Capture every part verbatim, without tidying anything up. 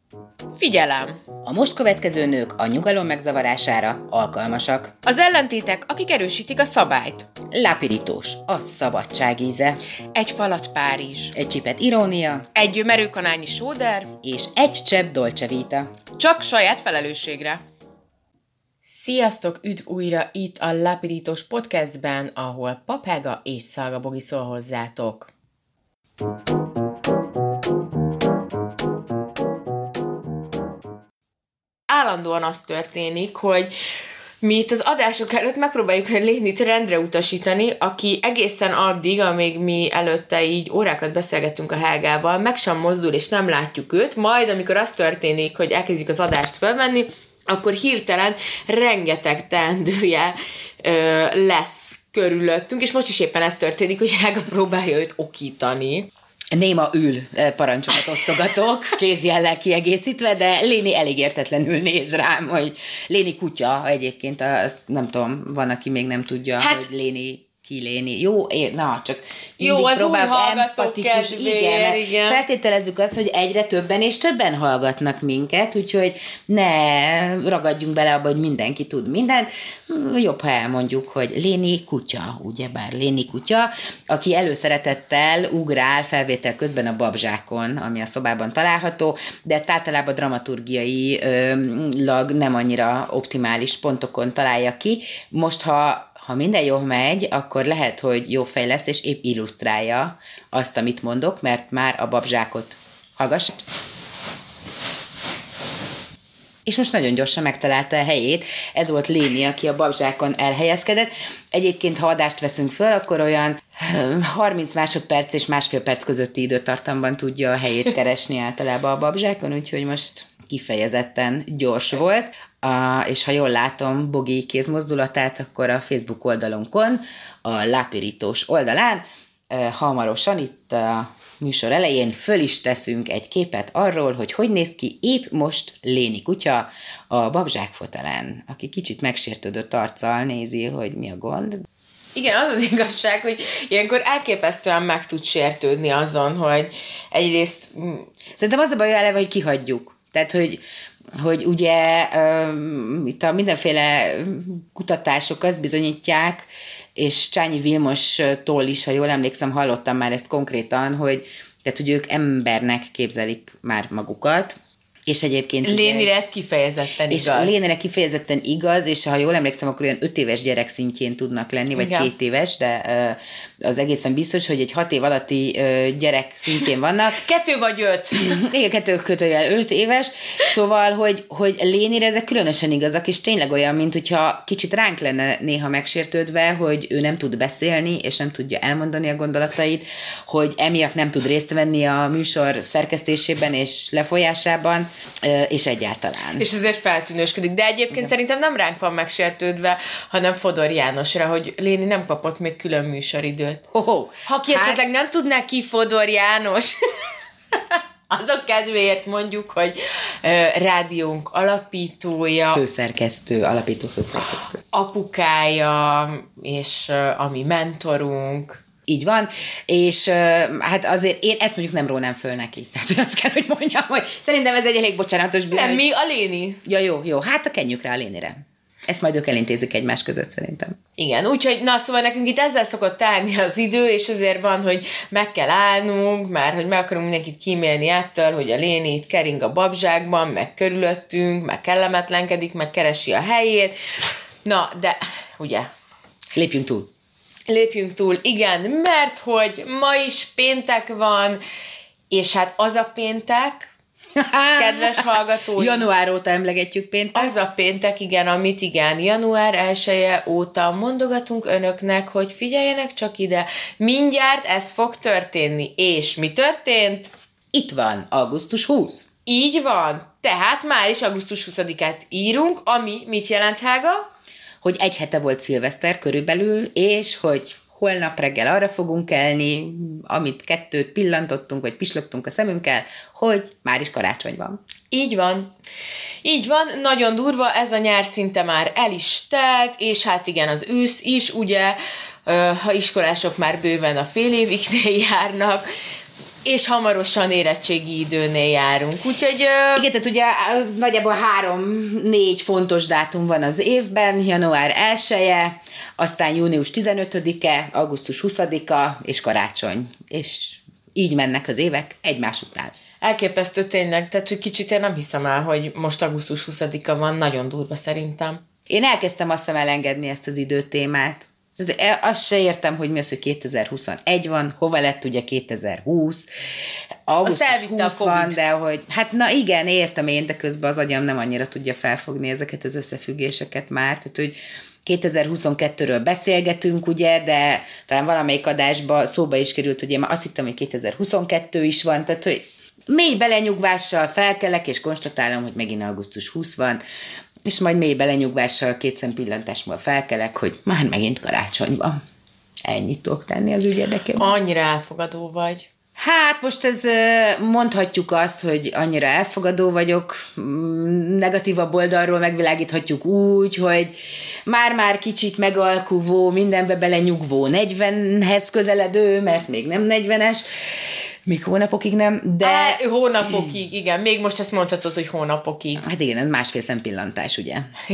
Figyelem! A most következő nők a nyugalom megzavarására alkalmasak. Az ellentétek, akik erősítik a szabályt. Lápirítós, a szabadság íze. Egy falat Párizs. Egy csipet irónia. Egy merőkanálnyi sóder. És egy csepp Dolce Vita. Csak saját felelősségre. Sziasztok, üdv újra itt a Lápirítós podcastben, ahol Papága és Szalga Bogi szól hozzátok. Állandóan az történik, hogy mi itt az adások előtt megpróbáljuk Lénit rendre utasítani, aki egészen addig, amíg mi előtte így órákat beszélgettünk a Helgával, meg sem mozdul, és nem látjuk őt, majd amikor az történik, hogy elkezdjük az adást fölvenni, akkor hirtelen rengeteg teendője ö, lesz körülöttünk, és most is éppen ez történik, hogy Helga próbálja őt okítani. Néma ül, parancsokat osztogatok, kézjellel kiegészítve, de Léni elég értetlenül néz rám, hogy Léni kutya egyébként, azt nem tudom, van, aki még nem tudja, hát, hogy Léni ki Léni. Jó, ér, na, csak jó, az új hallgatók kedvéért, igen. Feltételezzük azt, hogy egyre többen és többen hallgatnak minket, úgyhogy ne ragadjunk bele abba, hogy mindenki tud mindent. Jobb, ha elmondjuk, hogy Léni kutya, ugyebár Léni kutya, aki előszeretettel ugrál felvétel közben a babzsákon, ami a szobában található, de ezt általában dramaturgiailag nem annyira optimális pontokon találja ki. Most, ha Ha minden jól megy, akkor lehet, hogy jó fej lesz, és épp illusztrálja azt, amit mondok, mert már a babzsákot hallgass. És most nagyon gyorsan megtalálta a helyét. Ez volt Léni, aki a babzsákon elhelyezkedett. Egyébként, ha adást veszünk föl, akkor olyan harminc másodperc és másfél perc közötti időtartamban tudja a helyét keresni általában a babzsákon, úgyhogy most kifejezetten gyors volt. Uh, és ha jól látom Bogi kézmozdulatát, akkor a Facebook oldalunkon, a Lápirítós oldalán uh, hamarosan itt a műsor elején föl is teszünk egy képet arról, hogy hogy néz ki épp most Léni kutya a babzsák fotelen, aki kicsit megsértődött arccal nézi, hogy mi a gond. Igen, az az igazság, hogy ilyenkor elképesztően meg tud sértődni azon, hogy egyrészt... Szerintem az a baj eleve, hogy kihagyjuk. Tehát, hogy hogy ugye uh, itt a mindenféle kutatások azt bizonyítják, és Csányi Vilmostól is, ha jól emlékszem, hallottam már ezt konkrétan, hogy, tehát, hogy ők embernek képzelik már magukat, és egyébként... Lénire ez kifejezetten és igaz. Lénire kifejezetten igaz, és ha jól emlékszem, akkor olyan öt éves gyerek szintjén tudnak lenni, vagy igen. két éves, de uh, az egészen biztos, hogy egy hat év alatti uh, gyerek szintjén vannak. Kettő vagy öt. Igen, kettő kötőjel öt éves. Szóval, hogy, hogy Lénire ezek különösen igazak, és tényleg olyan, mint hogyha kicsit ránk lenne néha megsértődve, hogy ő nem tud beszélni, és nem tudja elmondani a gondolatait, hogy emiatt nem tud részt venni a műsor szerkesztésében és lefolyásában, és egyáltalán. És ezért feltűnősködik. De egyébként igen. Szerintem nem ránk van megsértődve, hanem Fodor Jánosra, hogy Léni nem kapott még külön műsoridőt. Oh, ha ki hát... esetleg nem tudná ki Fodor János, azok kedvéért mondjuk, hogy uh, rádiónk alapítója, főszerkesztő, alapító főszerkesztő, apukája, és uh, a mi mentorunk. Így van, és uh, hát azért én ezt mondjuk nem rónám föl neki. Tehát, hogy azt kell, hogy mondjam, hogy szerintem ez egy elég bocsánatos bűn. Nem, mi a Léni? Ja, jó, jó, hát a kenjük rá a Lénire. Ezt majd ők elintézik egymás között szerintem. Igen, úgyhogy na, szóval nekünk itt ezzel szokott telni az idő, és azért van, hogy meg kell állnunk, mert hogy meg akarunk mindenkit kímélni ettől, hogy a Léni itt kering a babzsákban, meg körülöttünk, meg kellemetlenkedik, meg keresi a helyét. Na, de ugye... Lépjünk túl. Lépjünk túl, igen, mert hogy ma is péntek van, és hát az a péntek, kedves hallgatói. Január óta emlegetjük péntek. Az a péntek, igen, amit igen, január elseje óta mondogatunk önöknek, hogy figyeljenek csak ide, mindjárt ez fog történni. És mi történt? Itt van, augusztus huszadika. Így van, tehát már is augusztus huszadikát írunk, ami mit jelent, Helga? Hogy egy hete volt szilveszter körülbelül, és hogy holnap reggel arra fogunk kelni, amit kettőt pillantottunk, vagy pislogtunk a szemünkkel, hogy már is karácsony van. Így van. Így van, nagyon durva, ez a nyár szinte már el is telt, és hát igen, az ősz is, ugye, ha iskolások már bőven a fél évig járnak, És hamarosan érettségi időnél járunk, úgyhogy... Uh... Igen, tehát ugye nagyjából három-négy fontos dátum van az évben, január elseje, aztán június tizenötödike, augusztus huszadika és karácsony. És így mennek az évek egymás után. Elképesztő tényleg, tehát hogy kicsit én nem hiszem el, hogy most augusztus huszadika van, nagyon durva szerintem. Én elkezdtem azt hiszem elengedni ezt az időtémát. Azt se értem, hogy mi az, hogy kétezer-huszonegy van, hova lett ugye kétezer-húsz, augusztus húsz van, de hogy, hát na igen, értem én, de közben az agyam nem annyira tudja felfogni ezeket az összefüggéseket már, tehát hogy kétezer-huszonkettőről beszélgetünk, ugye, de talán valamelyik adásban szóba is került, hogy én már azt hittem, hogy kétezer-huszonkettő is van, tehát hogy mély belenyugvással felkelek, és konstatálom, hogy megint augusztus huszadika van, és majd mély belenyugvással két szempillantás múlva felkelek, hogy már megint karácsony van. Ennyit tudok tenni az ügy érdekében. Annyira elfogadó vagy. Hát most ez mondhatjuk azt, hogy annyira elfogadó vagyok, negatívabb oldalról megvilágíthatjuk úgy, hogy már-már kicsit megalkuvó, mindenbe belenyugvó negyvenhez közeledő, mert még nem negyvenes, még hónapokig nem, de... Á, hónapokig, igen. Még most ezt mondhatod, hogy hónapokig. Hát igen, ez másfél szempillantás, ugye?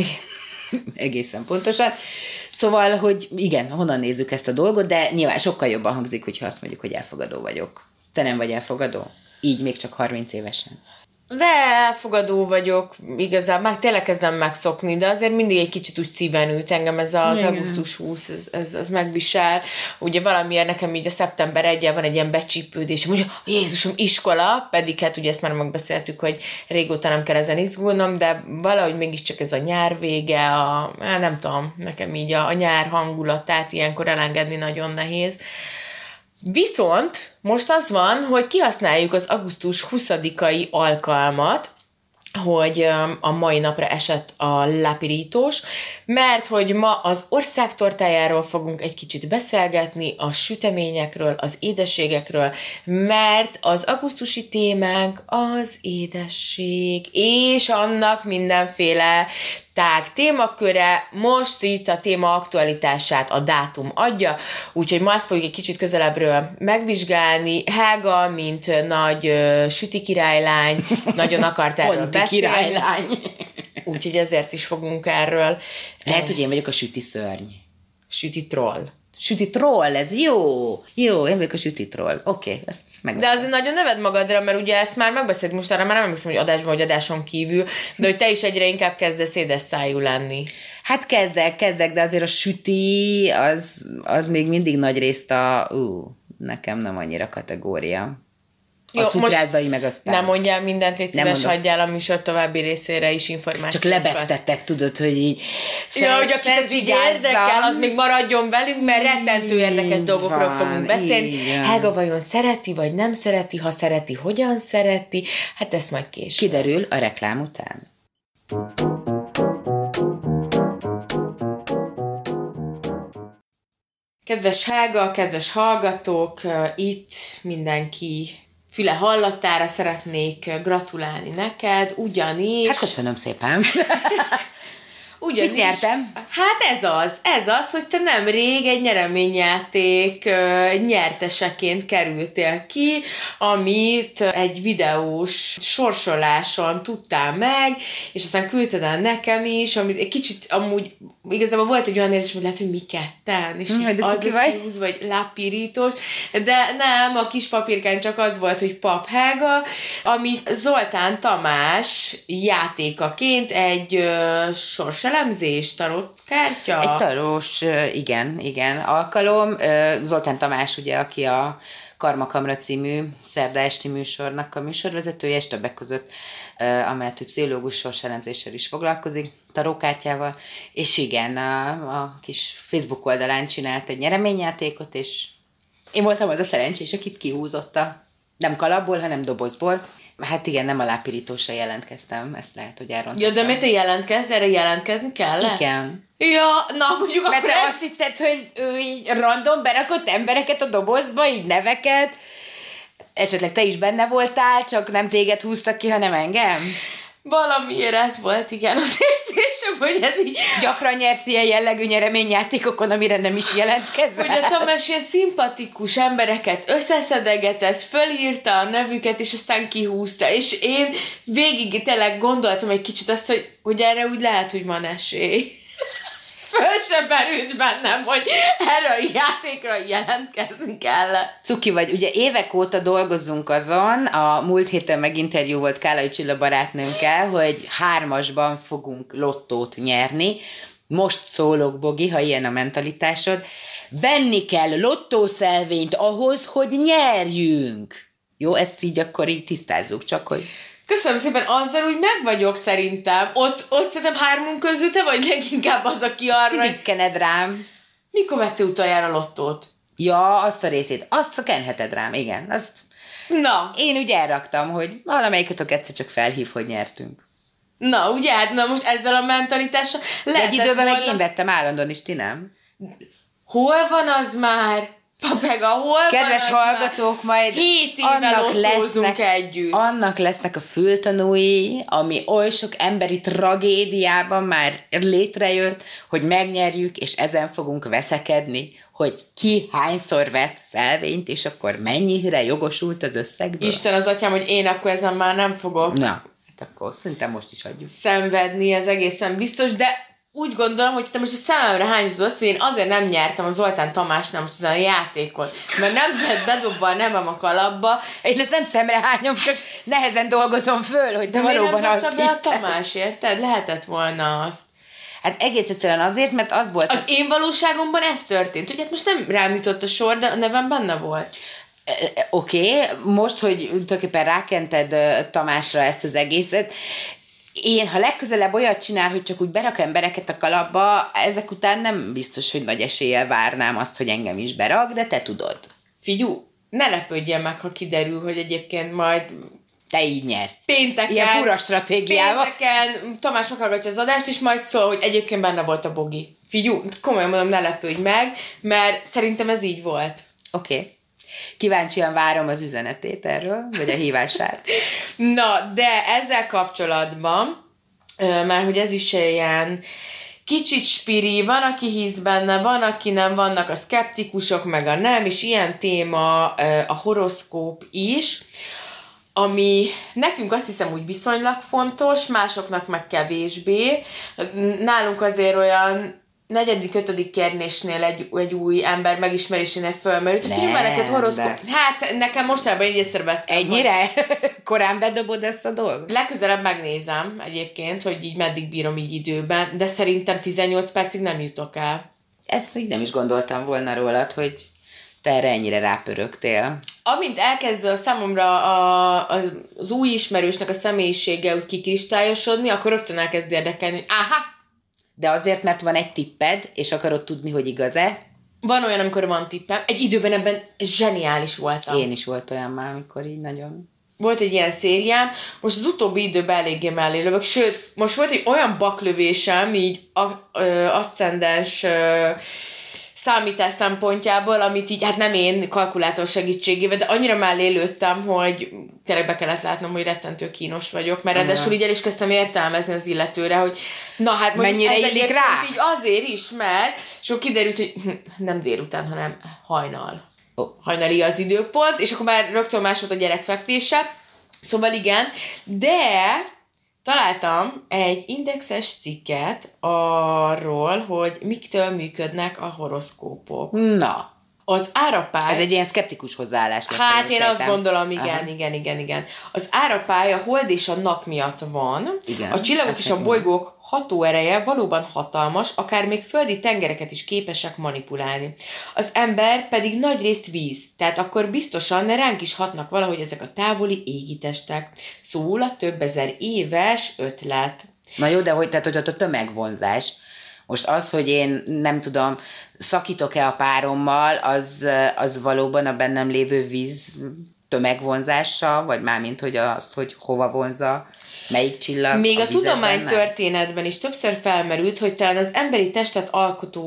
Egészen pontosan. Szóval, hogy igen, honnan nézzük ezt a dolgot, de nyilván sokkal jobban hangzik, hogyha azt mondjuk, hogy elfogadó vagyok. Te nem vagy elfogadó? Így még csak harminc évesen. De elfogadó vagyok, igazán, már tényleg kezdem megszokni, de azért mindig egy kicsit úgy szíven ült engem ez az igen. augusztus huszadika, ez, ez, ez megvisel. Ugye valamiért nekem így a szeptember elseje van egy ilyen becsípődésem, hogy Jézusom, iskola, pedig hát ugye ezt már megbeszéltük, hogy régóta nem kell ezen izgulnom, de valahogy mégiscsak ez a nyár vége, a, nem tudom, nekem így a, a nyár hangulatát ilyenkor elengedni nagyon nehéz. Viszont most az van, hogy kihasználjuk az augusztus huszadikai alkalmat, hogy a mai napra esett a lápirítós, mert hogy ma az ország tortájáról fogunk egy kicsit beszélgetni, a süteményekről, az édességekről, mert az augusztusi témánk az édesség, és annak mindenféle tág témaköre, most itt a téma aktualitását a dátum adja, úgyhogy ma azt fogjuk egy kicsit közelebbről megvizsgálni. Helga, mint nagy uh, süti királylány, nagyon akart erről beszélni. Királylány. Úgyhogy ezért is fogunk erről. Lehet, hogy én vagyok a süti szörny. Süti troll. Süti troll, ez jó. Jó, én vagyok a süti troll. Oké, okay, ezt meg. De azért nagyon neved magadra, mert ugye ezt már megbeszélt, most arra már nem emlékszem, hogy adásban vagy adáson kívül, de hogy te is egyre inkább kezdesz édes szájú lenni. Hát kezdek, kezdek, de azért a süti, az, az még mindig nagy részt a, ú, nekem nem annyira kategória. A jó, cukrázdai meg aztán. Nem mondjál mindent, légy szíves, hagyjál a műsor további részére is információt. Csak lebegtettek, tudod, hogy így ja, hogy akit ez így érdekel, az még maradjon velünk, mert rettentő érdekes dolgokról van, fogunk beszélni. Helga vajon szereti, vagy nem szereti, ha szereti, hogyan szereti, hát ezt majd később. Kiderül a reklám után. Kedves Helga, kedves hallgatók, itt mindenki füle hallatára szeretnék gratulálni neked, ugyanis... Hát köszönöm szépen. Ugyanis, mit nyertem? Hát ez az, ez az, hogy te nemrég egy nyereményjáték uh, nyerteseként kerültél ki, amit egy videós sorsoláson tudtál meg, és aztán küldted el nekem is, amit egy kicsit amúgy igazából volt egy olyan érzés, hogy lehet, hogy mi ketten, és mm, az lesz húz, vagy lápirítós, de nem, a kis papírkán csak az volt, hogy Pap Helga, ami Zoltán Tamás játékaként egy uh, sorselemzés, tarotkártya. Egy tarós, igen, igen, alkalom. Zoltán Tamás, ugye, aki a Karmakamra című szerda esti műsornak a műsorvezetője, és többek között amellett, hogy pszichológus sorselemzéssel is foglalkozik, tarókártyával, és igen, a, a kis Facebook oldalán csinált egy nyereményjátékot, és én voltam az a szerencsés, akit kihúzotta, nem kalapból, hanem dobozból. Hát igen, nem a lápirítósra jelentkeztem, ezt lehet, hogy elrontottam. Ja, de miért te jelentkezz? Erre jelentkezni kell? Igen. Ja, na mondjuk mert akkor... te azt hitted, hogy ő így random berakott embereket a dobozba, így neveket. Esetleg te is benne voltál, csak nem téged húztak ki, hanem engem? Valamiért ez volt, igen, az érzésem, Sem, hogy ez így... Gyakran nyersz ilyen jellegű nyereményjátékokon, amire nem is jelentkezel. Hogy a Tamás ilyen szimpatikus embereket összeszedegetett, fölírta a nevüket, és aztán kihúzta. És én végig tényleg gondoltam egy kicsit azt, hogy, hogy erre úgy lehet, hogy van esély. Föl sem merült bennem, hogy erre a játékra jelentkezni kellett. Cuki vagy, ugye évek óta dolgozunk azon, a múlt héten meg interjú volt Kálai Csilla barátnőnkkel, hogy hármasban fogunk lottót nyerni. Most szólok, Bogi, ha ilyen a mentalitásod, venni kell lottószelvényt ahhoz, hogy nyerjünk. Jó, ezt így akkor így tisztázzuk, csak hogy... Köszönöm szépen, azzal úgy meg vagyok szerintem. Ott, ott szerintem hármunk közül te vagy leginkább az, aki arra... Mindig kened rám. Mikor vettél utoljára lottót? Ja, azt a részét. Azt kenheted rám, igen. Azt... Na. Én úgy elraktam, hogy valamelyikötök egyszer csak felhív, hogy nyertünk. Na, ugye, hát na most ezzel a mentalitással lehetett egy időben volna... meg én vettem állandóan is, ti nem? Hol van az már? Papega, hol Kedves van hallgatók, majd hét éve annak lesznek, együtt. annak lesznek a fültanúi, ami oly sok emberi tragédiában már létrejött, hogy megnyerjük, és ezen fogunk veszekedni, hogy ki hányszor vett szelvényt, és akkor mennyire jogosult az összegből. Isten az atyám, hogy én akkor ezen már nem fogok Na, hát akkor szerintem most is adjuk. Szenvedni, ez egészen biztos, de úgy gondolom, hogy te most a szememre hányzod azt, hogy én azért nem nyertem a Zoltán Tamásnál most ezen a játékon, mert nem lett bedobva a nevem a kalapba. Én ezt nem szemre hányom, csak nehezen dolgozom föl, hogy te de valóban azt azt be a Tamás, érted? Lehetett volna azt. Hát egész egyszerűen azért, mert az volt... Az én valóságomban ez történt. Ugye hát most nem rám jutott a sor, de a nevem benne volt. Oké, okay, most, hogy tulajdonképpen rákented Tamásra ezt az egészet, én, ha legközelebb olyat csinál, hogy csak úgy berak embereket a kalapba, ezek után nem biztos, hogy nagy eséllyel várnám azt, hogy engem is berak, de te tudod. Figyú, ne lepődjen meg, ha kiderül, hogy egyébként majd... Te így nyersz. Pénteken. Ilyen fura stratégiával. Pénteken Tamás meghallgatja az adást, és majd szól, hogy egyébként benne volt a Bogi. Figyú, komolyan mondom, ne lepődj meg, mert szerintem ez így volt. Oké. Okay. Kíváncsian várom az üzenetét erről, vagy a hívását. Na, de ezzel kapcsolatban, mert hogy ez is ilyen kicsit spiri, van, aki hisz benne, van, aki nem, vannak a szkeptikusok, meg a nem, és ilyen téma a horoszkóp is, ami nekünk azt hiszem úgy viszonylag fontos, másoknak meg kevésbé. Nálunk azért olyan negyedik, ötödik kérdésnél egy, egy új ember megismerésénél fölmerült. A filmeket horoszkóp... De... Hát nekem mostában így észrevettem. Ennyire? Hogy... Korán bedobod ezt a dolgot? Legközelebb megnézem egyébként, hogy így meddig bírom így időben, de szerintem tizennyolc percig nem jutok el. Ezt így nem is gondoltam volna rólad, hogy te erre ennyire rápörögtél. Amint elkezd a számomra a, a, az új ismerősnek a személyisége úgy kikristályosodni, akkor rögtön elkezd érdekelni, hogy áha! De azért, mert van egy tipped, és akarod tudni, hogy igaz-e? Van olyan, amikor van tippem. Egy időben ebben zseniális voltam. Én is volt olyan már, amikor így nagyon... Volt egy ilyen szériám, most az utóbbi időben eléggé mellé lövök, sőt, most volt egy olyan baklövésem, így aszcendens számítás szempontjából, amit így, hát nem én kalkulátor segítségével, de annyira mellé lőttem, hogy tényleg be kellett látnom, hogy rettentő kínos vagyok, mert ráadásul így el is kezdtem értelmezni az illetőre, hogy na hát mennyire ez illik rá? így azért is, mert sok kiderült, hogy nem délután, hanem hajnal. Oh. Hajnali az időpont, és akkor már rögtön más volt a gyerek fekvése, szóval igen, de találtam egy indexes cikket arról, hogy miktől működnek a horoszkópok. Na. Az árapály... Ez egy ilyen szkeptikus hozzáállás lesz. Hát én sejtem. azt gondolom, igen, Aha. igen, igen, igen. Az árapály a hold és a nap miatt van. Igen, a csillagok hát és a bolygók hatóereje valóban hatalmas, akár még földi tengereket is képesek manipulálni. Az ember pedig nagyrészt víz, tehát akkor biztosan ránk is hatnak valahogy ezek a távoli égitestek. Szól a több ezer éves ötlet. Na jó, de hogy, tehát, hogy ott a tömegvonzás. Most az, hogy én nem tudom, szakítok-e a párommal, az, az valóban a bennem lévő víz tömegvonzása, vagy mármint, hogy azt, hogy hova vonza, melyik csillag. Még a, a tudomány történetben is többször felmerült, hogy talán az emberi testet alkotó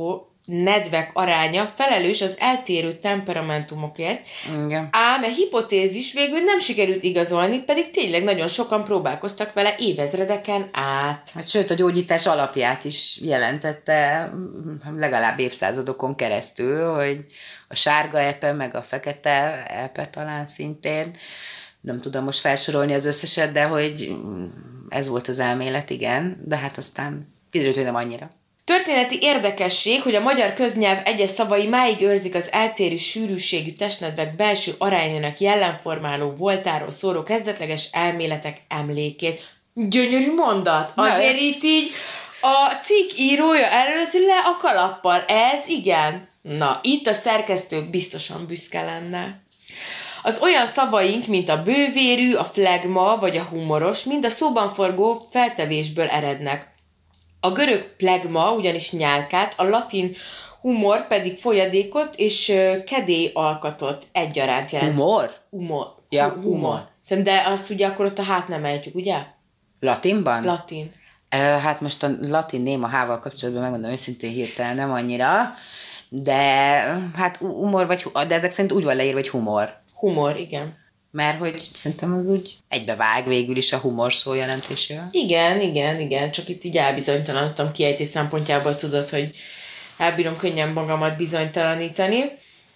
nedvek aránya felelős az eltérő temperamentumokért, Igen. ám a hipotézis végül nem sikerült igazolni, pedig tényleg nagyon sokan próbálkoztak vele évezredeken át. Hát sőt, a gyógyítás alapját is jelentette legalább évszázadokon keresztül, hogy a sárga epe, meg a fekete epe talán szintén, nem tudom most felsorolni az összeset, de hogy ez volt az elmélet, igen, de hát aztán kiderült, hogy nem annyira. Történeti érdekesség, hogy a magyar köznyelv egyes szavai máig őrzik az eltérő sűrűségű testnedvek belső arányának jellemformáló voltáról szóló kezdetleges elméletek emlékét. Gyönyörű mondat! Azért ez... itt így a cikk írója előtt le a kalappal. Ez igen. Na, itt a szerkesztő biztosan büszke lenne. Az olyan szavaink, mint a bővérű, a flegma vagy a humoros, mind a szóban forgó feltevésből erednek. A görög plegma ugyanis nyálkát, a latin humor pedig folyadékot és kedély alkatot egyaránt jelent. Humor? Humor. Ja, humor. humor. De azt ugye akkor ott a hát nem ejtjük, ugye? Latinban? Latin. Hát most a latin néma hával kapcsolatban megmondom őszintén hirtelen nem annyira, de hát humor vagy, de ezek szerint úgy van leírva, hogy humor. Humor, igen. Mert hogy szerintem az úgy egybevág végül is a humor szó jelentésével. Igen, igen, igen, csak itt így elbizonytalanodtam kiejtés szempontjából, tudod, hogy elbírom könnyen magamat bizonytalanítani.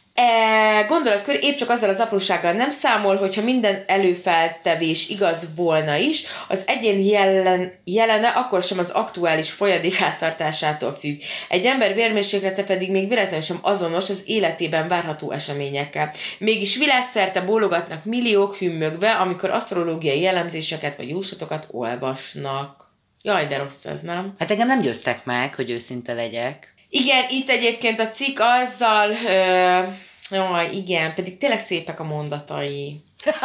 E, gondolatkör épp csak azzal az aprósággal nem számol, hogyha minden előfeltevés igaz volna is, az egyén jelen, jelene akkor sem az aktuális folyadékháztartásától függ. Egy ember vérmérséklete pedig még véletlenül sem azonos az életében várható eseményekkel. Mégis világszerte bólogatnak milliók hümmögve, amikor asztrológiai jellemzéseket vagy jóslatokat olvasnak. Jaj, de rossz ez, nem? Hát engem nem győztek meg, hogy őszinte legyek. Igen, itt egyébként a cikk azzal, ö, jaj, igen, pedig tényleg szépek a mondatai.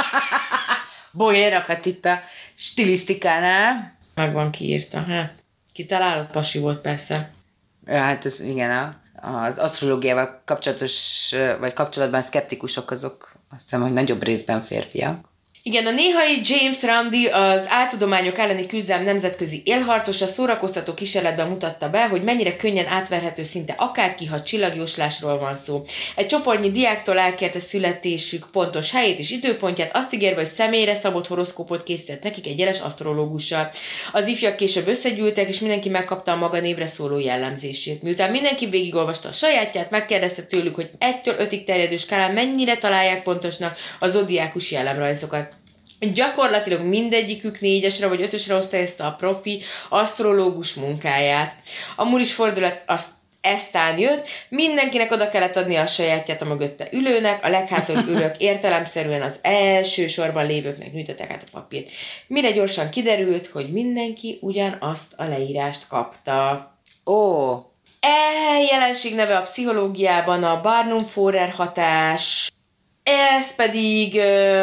Boly, rakhat itt a stilisztikánál. Meg van kiírta, hát. Kitalálott, pasi volt persze. Ja, hát ez igen, a, az asztrológiával kapcsolatos, vagy kapcsolatban szkeptikusok azok azt hiszem, hogy nagyobb részben férfiak. Igen, a néhai James Randi, az áltudományok elleni küzdelem nemzetközi élharcosa szórakoztató kísérletben mutatta be, hogy mennyire könnyen átverhető szinte akárki, ha csillagjóslásról van szó. Egy csoportnyi diáktól elkérte születésük pontos helyét és időpontját, azt ígérve, hogy személyre szabott horoszkópot készített nekik egy jeles asztrológussal. Az ifjak később összegyűltek, és mindenki megkapta a maga névre szóló jellemzését. Miután mindenki végigolvasta a sajátját, megkérdezte tőlük, hogy egytől ötig terjedő skálán mennyire találják pontosnak a zodiákus jellemrajzokat. Gyakorlatilag mindegyikük négyesre vagy ötösre osztályozta a profi asztrológus munkáját. A muris fordulat azt eztán jött, mindenkinek oda kellett adni a sajátját a mögötte ülőnek, a leghátul ülők értelemszerűen az első sorban lévőknek nyújtották át a papírt. Mire gyorsan kiderült, hogy mindenki ugyanazt a leírást kapta. Ó! E jelenség neve a pszichológiában a Barnum-Forer hatás. Ez pedig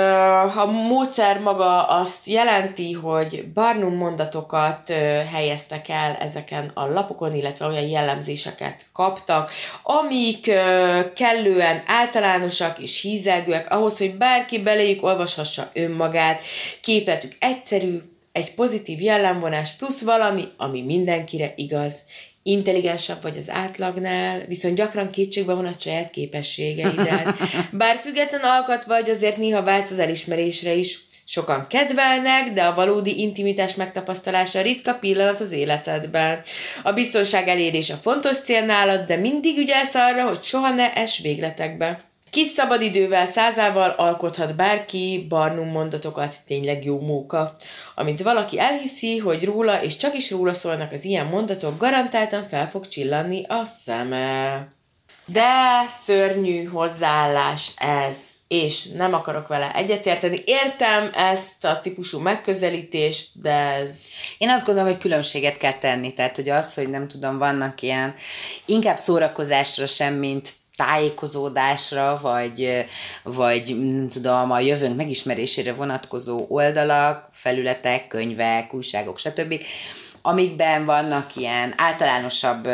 a módszer maga azt jelenti, hogy Barnum mondatokat helyeztek el ezeken a lapokon, illetve olyan jellemzéseket kaptak, amik kellően általánosak és hízelgőek ahhoz, hogy bárki beléjük olvashassa önmagát. Képletük egyszerű, egy pozitív jellemvonás plusz valami, ami mindenkire igaz. Intelligensebb vagy az átlagnál, viszont gyakran kétségbe von a saját képességeidet. Bár független alkat vagy, azért néha vágysz az elismerésre is. Sokan kedvelnek, de a valódi intimitás megtapasztalása ritka pillanat az életedben. A biztonság elérése fontos cél nálad, de mindig ügyelsz arra, hogy soha ne ess végletekbe. Kis szabadidővel, százával alkothat bárki Barnum mondatokat, tényleg jó móka. Amint valaki elhiszi, hogy róla és csak is róla szólnak az ilyen mondatok, garantáltan fel fog csillanni a szeme. De szörnyű hozzáállás ez, és nem akarok vele egyetérteni. Értem ezt a típusú megközelítést, de ez... Én azt gondolom, hogy különbséget kell tenni, tehát hogy az, hogy nem tudom, vannak ilyen inkább szórakozásra sem, mint tájékozódásra, vagy, vagy nem tudom, a jövőnk megismerésére vonatkozó oldalak, felületek, könyvek, újságok, stb., amikben vannak ilyen általánosabb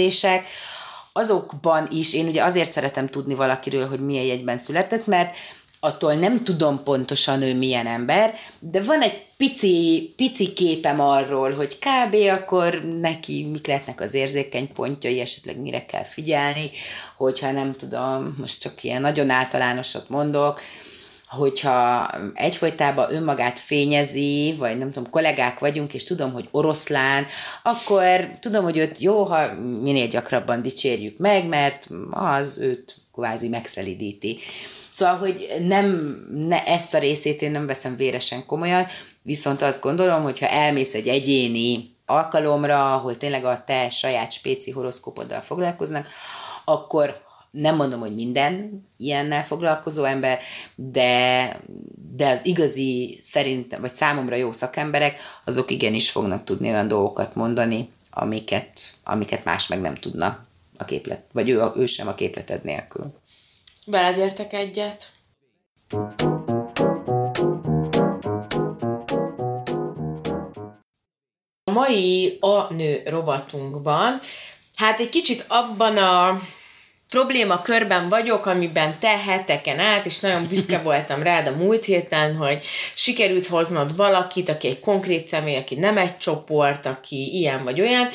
jellemzések, azokban is én ugye azért szeretem tudni valakiről, hogy milyen jegyben született, mert attól nem tudom pontosan ő milyen ember, de van egy pici, pici képem arról, hogy kb. Akkor neki mik lehetnek az érzékeny pontjai, esetleg mire kell figyelni, hogyha nem tudom, most csak ilyen nagyon általánosat mondok, hogyha egyfolytában önmagát fényezi, vagy nem tudom, kollégák vagyunk, és tudom, hogy oroszlán, akkor tudom, hogy őt jó, ha minél gyakrabban dicsérjük meg, mert az őt kvázi megszelidíti. Szóval, hogy nem, ne, ezt a részét én nem veszem véresen komolyan, viszont azt gondolom, hogy ha elmész egy egyéni alkalomra, ahol tényleg a te saját spéci horoszkópoddal foglalkoznak, akkor nem mondom, hogy minden ilyennel foglalkozó ember, de, de az igazi szerintem, vagy számomra jó szakemberek, azok igenis fognak tudni olyan dolgokat mondani, amiket, amiket más meg nem tudna a képlet, vagy ő, ő sem a képleted nélkül. Veled értek egyet. A mai A nő rovatunkban, hát egy kicsit abban a probléma körben vagyok, amiben te heteken át, és nagyon büszke voltam rád a múlt héten, hogy sikerült hoznod valakit, aki egy konkrét személy, aki nem egy csoport, aki ilyen vagy olyan,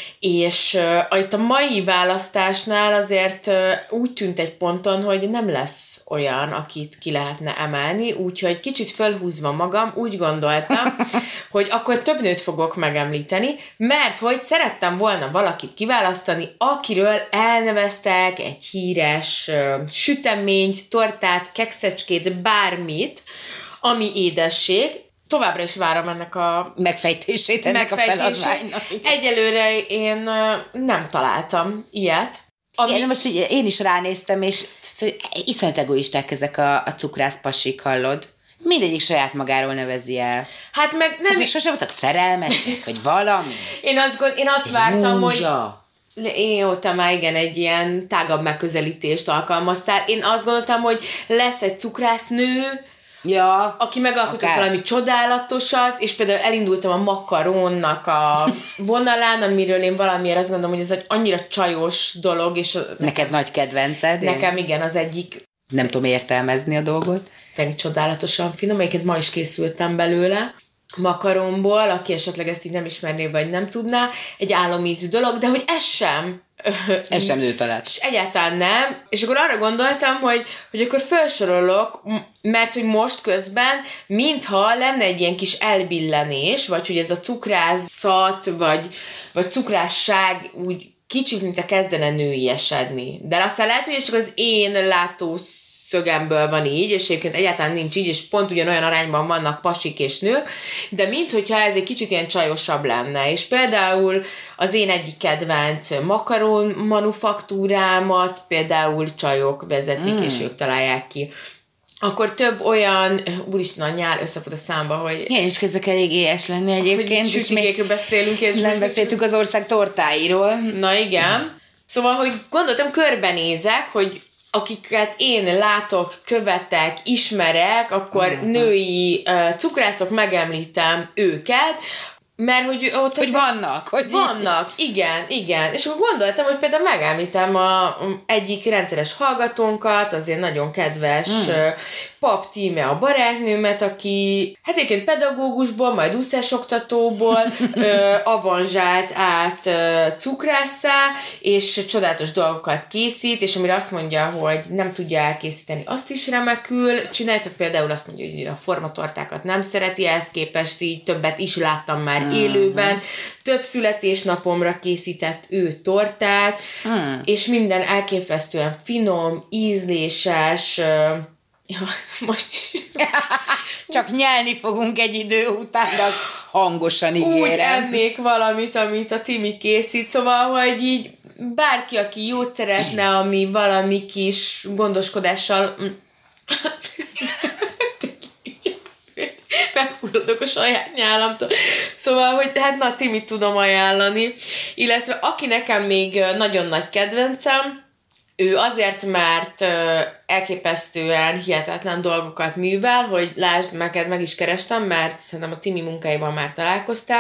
és uh, itt a mai választásnál azért uh, úgy tűnt egy ponton, hogy nem lesz olyan, akit ki lehetne emelni, úgyhogy kicsit felhúzva magam, úgy gondoltam, hogy akkor több nőt fogok megemlíteni, mert hogy szerettem volna valakit kiválasztani, akiről elneveztek egy híres uh, süteményt, tortát, kekszecskét, bármit, ami édesség. Továbbra is várom ennek a megfejtését ennek a feladványnak. Egyelőre én uh, nem találtam ilyet. Ami... Én, most én is ránéztem, és iszonyat egoisták ezek a, a cukrászpasik, hallod? Mindegyik saját magáról nevezi el. Hát meg nem... Ezek sose voltak szerelmesek, vagy valami. Én azt, gond, én azt egy vártam, múzsa. hogy... Én jó, te már igen, egy ilyen tágabb megközelítést alkalmaztál. Én azt gondoltam, hogy lesz egy cukrásznő, ja, aki megalkotott akár. valami csodálatosat, és például elindultam a makaronnak a vonalán, amiről én valamiért azt gondolom, hogy ez egy annyira csajos dolog, és neked nagy kedvenced? Nekem igen, az egyik. Nem tudom értelmezni a dolgot. Tényleg csodálatosan finom, melyiket ma is készültem belőle. Makaronból, aki esetleg ezt így nem ismerné, vagy nem tudná, egy álomízű dolog, de hogy ez sem. Ez sem nő talált. És egyáltalán nem. És akkor arra gondoltam, hogy, hogy akkor felsorolok, mert hogy most közben, mintha lenne egy ilyen kis elbillenés, vagy hogy ez a cukrászat, vagy, vagy cukrásság úgy kicsit, mint a kezdene nőiesedni. De aztán lehet, hogy ez csak az én látó szögemből van így, és egyébként egyáltalán nincs így, és pont ugyanolyan arányban vannak pasik és nők, de minthogyha ez egy kicsit ilyen csajosabb lenne, és például az én egyik kedvenc makaron manufaktúrámat például csajok vezetik, mm. és ők találják ki. Akkor több olyan, úristen, a nyál összefut a számba, hogy... Én is kezdek elég éhes lenni egyébként. Hogy sütikékről beszélünk. És nem beszéltük az ország tortáiról. Na igen. Szóval, hogy gondoltam, körbenézek, hogy akiket én látok, követek, ismerek, akkor uh-huh. női uh, cukrászok, megemlítem őket, mert hogy ott... Hogy vannak. Hogy vannak, igen, igen. És akkor gondoltam, hogy például megemlítem a egyik rendszeres hallgatónkat, azért nagyon kedves hmm. Pap Tíme a barátnőmet, aki hát egyébként pedagógusból, majd úszásoktatóból avanzsált át cukrásszá, és csodálatos dolgokat készít, és amire azt mondja, hogy nem tudja elkészíteni, azt is remekül csinálja, tehát például azt mondja, hogy a formatortákat nem szereti, ehhez képest így többet is láttam már hmm. élőben, több születésnapomra készített ő tortát, hmm. és minden elképesztően finom, ízléses. Ja, most csak nyelni fogunk egy idő után, de azt hangosan ígérem. Úgy ennék valamit, amit a Timi készít, szóval, hogy így bárki, aki jót szeretne, ami valami kis gondoskodással megfulladok a saját nyálamtól. Szóval, hogy hát na, Timit tudom ajánlani. Illetve aki nekem még nagyon nagy kedvencem, ő azért, mert elképesztően hihetetlen dolgokat művel, hogy lásd, neked meg is kerestem, mert szerintem a Timi munkáiban már találkoztál,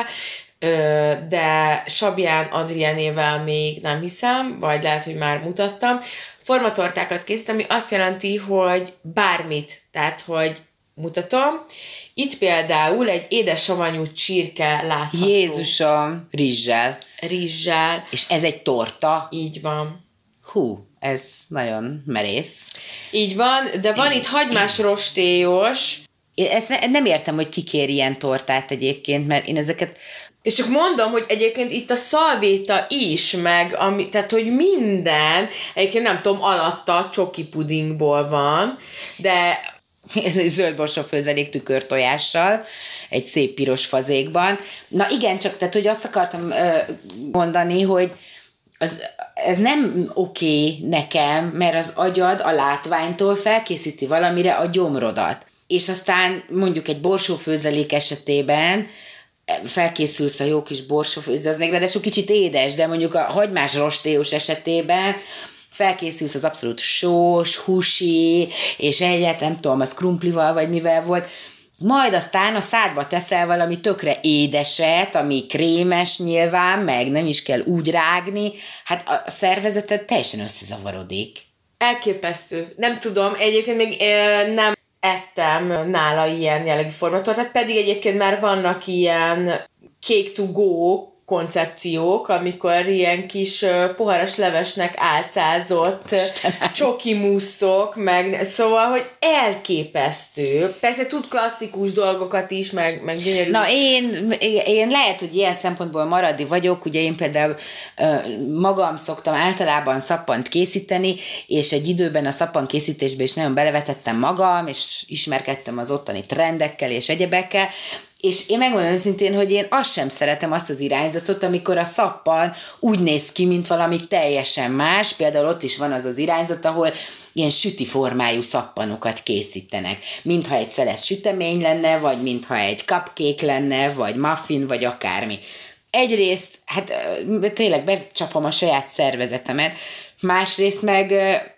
de Sabján Adriánével még nem hiszem, vagy lehet, hogy már mutattam. formatortákat készít, ami azt jelenti, hogy bármit, tehát, hogy mutatom, itt például egy édes savanyú csirke látható. Jézusom, rizssel. Rizssel. És ez egy torta? Így van. Hú, ez nagyon merész. Így van, de van itt hagymás rostélyos. Én ezt nem értem, hogy ki kér ilyen tortát egyébként, mert én ezeket... És csak mondom, hogy egyébként itt a szalvéta is, meg, ami, tehát, hogy minden, egyébként nem tudom, alatta csoki pudingból van, de... Ez egy zöldborsó főzelék tükörtojással, egy szép piros fazékban. Na igen, csak tehát, hogy azt akartam ö, mondani, hogy az, ez nem oké nekem, mert az agyad a látványtól felkészíti valamire a gyomrodat. És aztán mondjuk egy borsófőzelék esetében felkészülsz a jó kis borsófőzelék, de az még ráadásul kicsit édes, de mondjuk a hagymás rostélyos esetében felkészülsz az abszolút sós, húsi, és egyet, nem tudom, az krumplival, vagy mivel volt, majd aztán a szádba teszel valami tökre édeset, ami krémes nyilván, meg nem is kell úgy rágni, hát a szervezeted teljesen összezavarodik. Elképesztő. Nem tudom, egyébként még ö, nem ettem nála ilyen jellegű formatortát, pedig egyébként már vannak ilyen cake to go koncepciók, amikor ilyen kis poharas levesnek álcázott csoki muszok, meg szóval, hogy elképesztő. Persze tud klasszikus dolgokat is, meg, meg gyönyörű. Na én, én lehet, hogy ilyen szempontból maradi vagyok, ugye én például magam szoktam általában szappant készíteni, és egy időben a szappan készítésbe is nagyon belevetettem magam, és ismerkedtem az ottani trendekkel és egyebekkel, és én megmondom őszintén, hogy én azt sem szeretem azt az irányzatot, amikor a szappan úgy néz ki, mint valami teljesen más. Például ott is van az az irányzat, ahol ilyen süti formájú szappanokat készítenek. Mintha egy szelet sütemény lenne, vagy mintha egy cupcake lenne, vagy muffin, vagy akármi. Egyrészt, hát tényleg becsapom a saját szervezetemet, másrészt meg...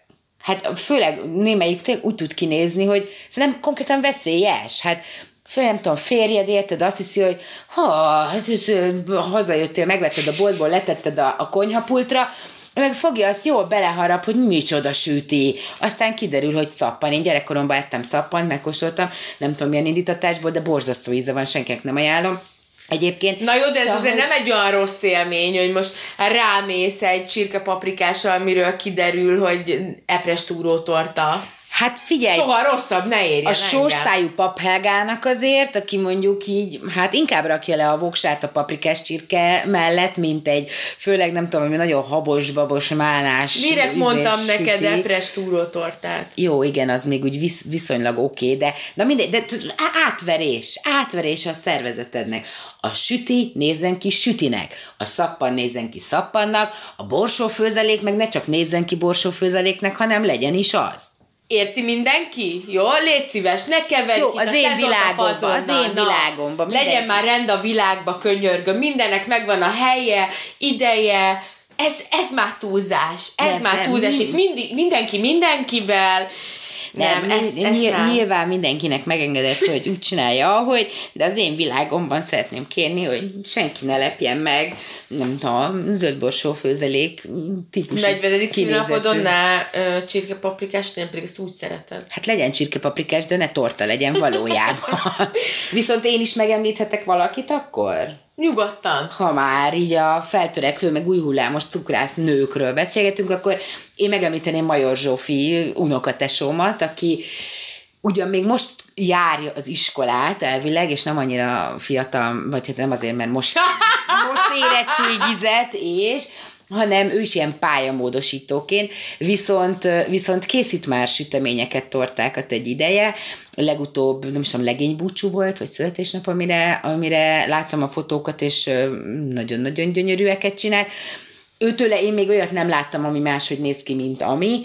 Hát főleg némelyik tényleg úgy tud kinézni, hogy szerintem konkrétan veszélyes. Hát föl, nem tudom, férjed, érted, azt hiszi, hogy ha, hát, hazajöttél, megvetted a boltból, letetted a, a konyhapultra, meg fogja, azt jól beleharap, hogy micsoda süti. Aztán kiderül, hogy szappan. Én gyerekkoromban ettem szappant, megkóstoltam, nem tudom milyen indítatásból, de borzasztó íze van, senkinek nem ajánlom. Egyébként... Na jó, de ez szóval, azért nem egy olyan rossz élmény, hogy most rámész egy csirkepaprikással, amiről kiderül, hogy epres túrótorta. Hát figyelj! Soha rosszabb, ne érjen A sósszájú paphelgának azért, aki mondjuk így, hát inkább rakja le a voksát a paprikás csirke mellett, mint egy, főleg nem tudom, nagyon habos-babos málnás. Mire mondtam süti. neked epres túrótortát? Jó, igen, az még úgy visz, viszonylag oké, okay, de na mindegy, de átverés, átverés a szervezetednek. A süti nézzen ki sütinek, a szappan nézzen ki szappannak, a borsófőzelék meg ne csak nézzen ki borsófőzeléknek, hanem legyen is az. Érti mindenki? Jó, légy szíves, ne keverj Jó, itt az a én világomban, az én Na, világomban. legyen Minden... már rend a világba, könyörgöm, mindennek megvan a helye, ideje, ez, ez már túlzás, ez nem, már nem, túlzás, mi... itt mindi, mindenki mindenkivel, nem, nem, ez, ez nyilv, nem. Nyilván mindenkinek megengedett, hogy úgy csinálja, ahogy, de az én világomban szeretném kérni, hogy senki ne lepjen meg, nem tudom, zöldborsó főzelék típusú negyvenedik kinézetű. színapodon ne ö, csirkepaprikást, én pedig ezt úgy szeretem. Hát legyen csirkepaprikás, de ne torta legyen valójában. Viszont én is megemlíthetek valakit akkor? Nyugodtan. Ha már így a feltörekvő, meg új hullámos cukrász nőkről beszélgetünk, akkor én megemlíteném Major Zsófi unokatesómat, aki ugyan még most járja az iskolát elvileg, és nem annyira fiatal, vagy hát nem azért, mert most, most érettségizett, és hanem ő is ilyen pályamódosítóként, viszont, viszont készít már süteményeket, tortákat egy ideje. Legutóbb, nem is tudom, legénybúcsú volt, vagy születésnap, amire, amire láttam a fotókat, és nagyon-nagyon gyönyörűeket csinált. Őtőle én még olyat nem láttam, ami máshogy néz ki, mint ami,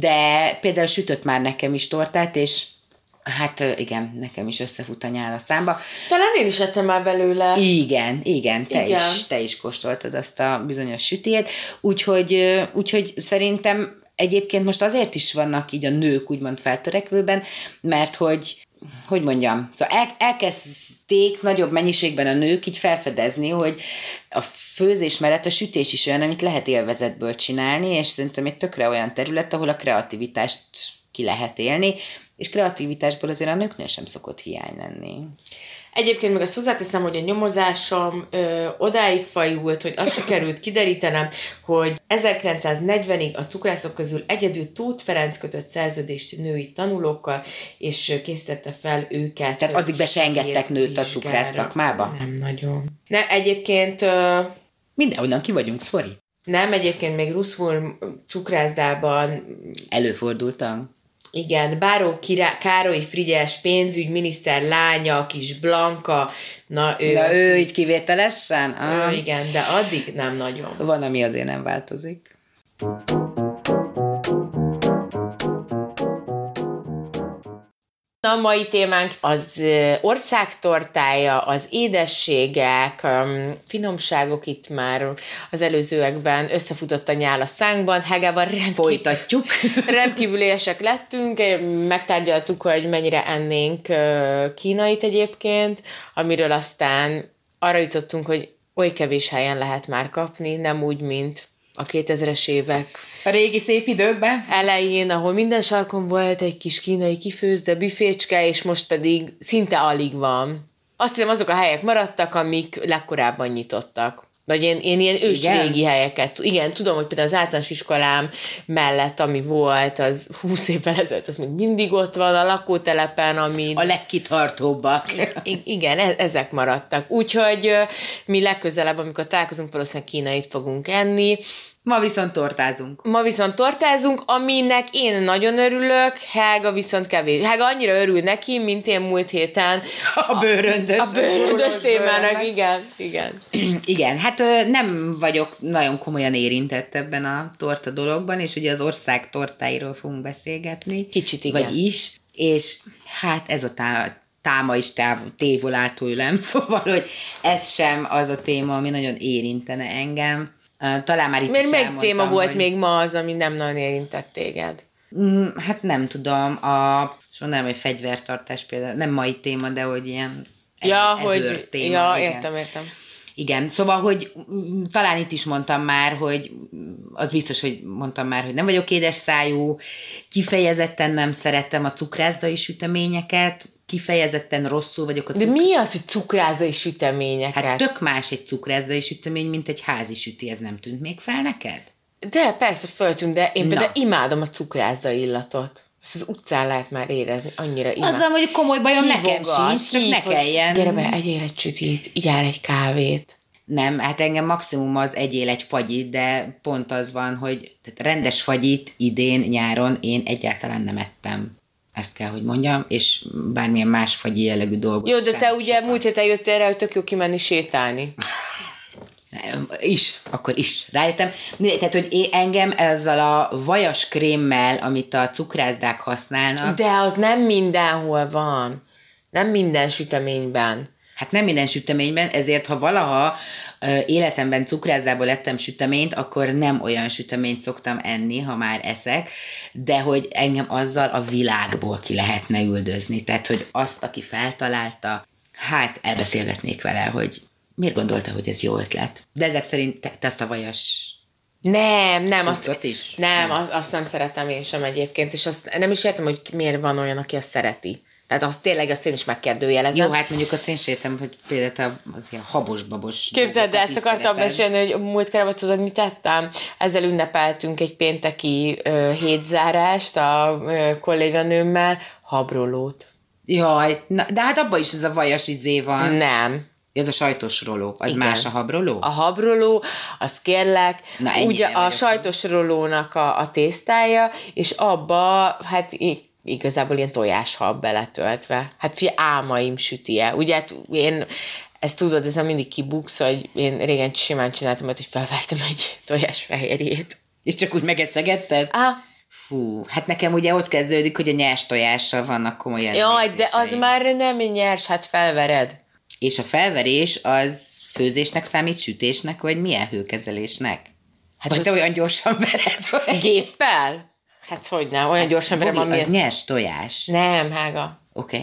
de például sütött már nekem is tortát, és hát igen, nekem is összefut a nyál a számba. Talán én is ettem már belőle. Igen, igen, te, igen. Is, te is kóstoltad azt a bizonyos sütét, úgyhogy, úgyhogy szerintem egyébként most azért is vannak így a nők úgymond feltörekvőben, mert hogy, hogy mondjam, szóval el, elkezd kezdték nagyobb mennyiségben a nők így felfedezni, hogy a főzés mellett a sütés is olyan, amit lehet élvezetből csinálni, és szerintem egy tökre olyan terület, ahol a kreativitást ki lehet élni, és kreativitásból azért a nőknél sem szokott hiány lenni. Egyébként meg azt hozzáteszem, hogy a nyomozásom ö, odáig fajult, hogy azt sikerült kiderítenem, hogy ezerkilencszáznegyvenig a cukrászok közül egyedül Tóth Ferenc kötött szerződést női tanulókkal, és készítette fel őket. Tehát addig be se engedtek nőt a cukrász szakmába? Nem nagyon. Nem, egyébként... Ö, Mindenhonnan ki vagyunk, sorry. Nem, egyébként még Ruszvul cukrászdában... Előfordultam. Igen, Báró Kirá- Károly Frigyes pénzügyminiszter lánya, kis Blanka, na ő... Na ő így kivételesen? Ő, igen, de addig nem nagyon. Van, ami azért nem változik. A mai témánk az országtortája, az édességek, finomságok itt már az előzőekben összefutott a nyál a szánkban. Hágával rendkívül, Folytatjuk. rendkívüliesek lettünk, megtárgyaltuk, hogy mennyire ennénk kínait egyébként, amiről aztán arra jutottunk, hogy oly kevés helyen lehet már kapni, nem úgy, mint a kétezres évek A régi szép időkben? elején, ahol minden sarkon volt egy kis kínai kifőzde büfécske, és most pedig szinte alig van. Azt hiszem, azok a helyek maradtak, amik legkorábban nyitottak. Vagy én, én ilyen ősrégi helyeket. Igen, tudom, hogy például az általános iskolám mellett, ami volt, az húsz évvel ezelőtt, az még mindig ott van, a lakótelepen, ami... A legkitartóbbak. I- igen, e- ezek maradtak. Úgyhogy mi legközelebb, amikor találkozunk, valószínűleg kínait fogunk enni. Ma viszont tortázunk. Ma viszont tortázunk, aminek én nagyon örülök, Helga viszont kevés. Helga annyira örül neki, mint én múlt héten. A bőröndös. A bőröndös a témának, bőröndös. igen, igen. Igen, hát nem vagyok nagyon komolyan érintett ebben a torta dologban, és ugye az ország tortáiról fogunk beszélgetni. Kicsit igen. Vagy is, és hát ez a tá- táma is táv, tévol áll tőlem, szóval, hogy ez sem az a téma, ami nagyon érintene engem. Talán már itt Miért is meg elmondtam, téma volt hogy... még ma az, ami nem nagyon érintett téged? Mm, hát nem tudom, a, és mondanám, hogy fegyvertartás például, nem mai téma, de hogy ilyen Ja, ever hogy, téma. ja, igen. értem, értem. Igen, szóval, hogy mm, talán itt is mondtam már, hogy az biztos, hogy mondtam már, hogy nem vagyok édes szájú, kifejezetten nem szerettem a cukrászdai süteményeket, kifejezetten rosszul vagyok a De cukr... mi az, hogy cukrázdai süteményeket? Hát tök más egy cukrászdai sütemény, mint egy házi süti, ez nem tűnt még fel neked? De persze föltűnt, de én Na. például imádom a cukrászdai illatot. Ezt az utcán lehet már érezni, annyira imádom. Azzal mondjuk komoly bajom nekem Hívogat, sincs, csak hív, ne hogy kelljen. Gyere be, egyél egy sütit, igyál egy kávét. Nem, hát engem maximum az egyél egy fagyit, de pont az van, hogy tehát rendes fagyit idén, nyáron én egyáltalán nem ettem. Ezt kell, hogy mondjam, és bármilyen más fagyi jellegű dolgot. Jó, de te sem ugye sokan. múlt héten jöttél rá, hogy tök jó kimenni sétálni. Nem, Is, akkor is. Rájöttem. Tehát, hogy én, engem ezzel a vajas krémmel, amit a cukrászdák használnak, De az nem mindenhol van. Nem minden süteményben. hát nem minden süteményben, ezért ha valaha ö, életemben cukrászdából ettem süteményt, akkor nem olyan süteményt szoktam enni, ha már eszek, de hogy engem azzal a világból ki lehetne üldözni. Tehát, hogy azt, aki feltalálta, hát elbeszélgetnék vele, hogy miért gondolta, hogy ez jó ötlet. De ezek szerint te, te azt a vajas Nem, nem, azt, cuccot is? nem, azt, azt nem szeretem én sem egyébként, és azt nem is értem, hogy miért van olyan, aki azt szereti. Tehát azt tényleg, azt én is megkérdőjelezem. Jó, hát mondjuk azt én sem értem, hogy például az ilyen habos-babos Képzeld, de dolgokat ezt is akartam szereted. mesélni, hogy múlt kerában tudod, mit tettem? Ezzel ünnepeltünk egy pénteki ö, hétzárást a ö, kolléganőmmel, habrolót. Jaj, na, de hát abban is ez a vajas izé van. Nem. Ez a sajtos roló, az Igen. más a habroló? A habroló, az kérlek, Na, ennyire ugye a vagyok. sajtos rolónak a, a tésztája, és abba, hát i- igazából ilyen tojáshab beletöltve. Hát fia, álmaim sütie. Ugye hát én, ezt tudod, ez mindig kibuksz, hogy én régen simán csináltam, hogy felvertem egy tojásfehérjét. És csak úgy megeszegetted? Ah, Fú, hát nekem ugye ott kezdődik, hogy a nyers tojással vannak komoly jaj, de az elnézéseim. már nem nyers, hát felvered. És a felverés az főzésnek számít, sütésnek, vagy milyen hőkezelésnek? Hát vagy ott- te olyan gyorsan vered, vagy? Géppel? Hát hogy nem, olyan gyorsan verem, Bogi, ami... az nyers tojás. Nem, Hága. Oké. Okay.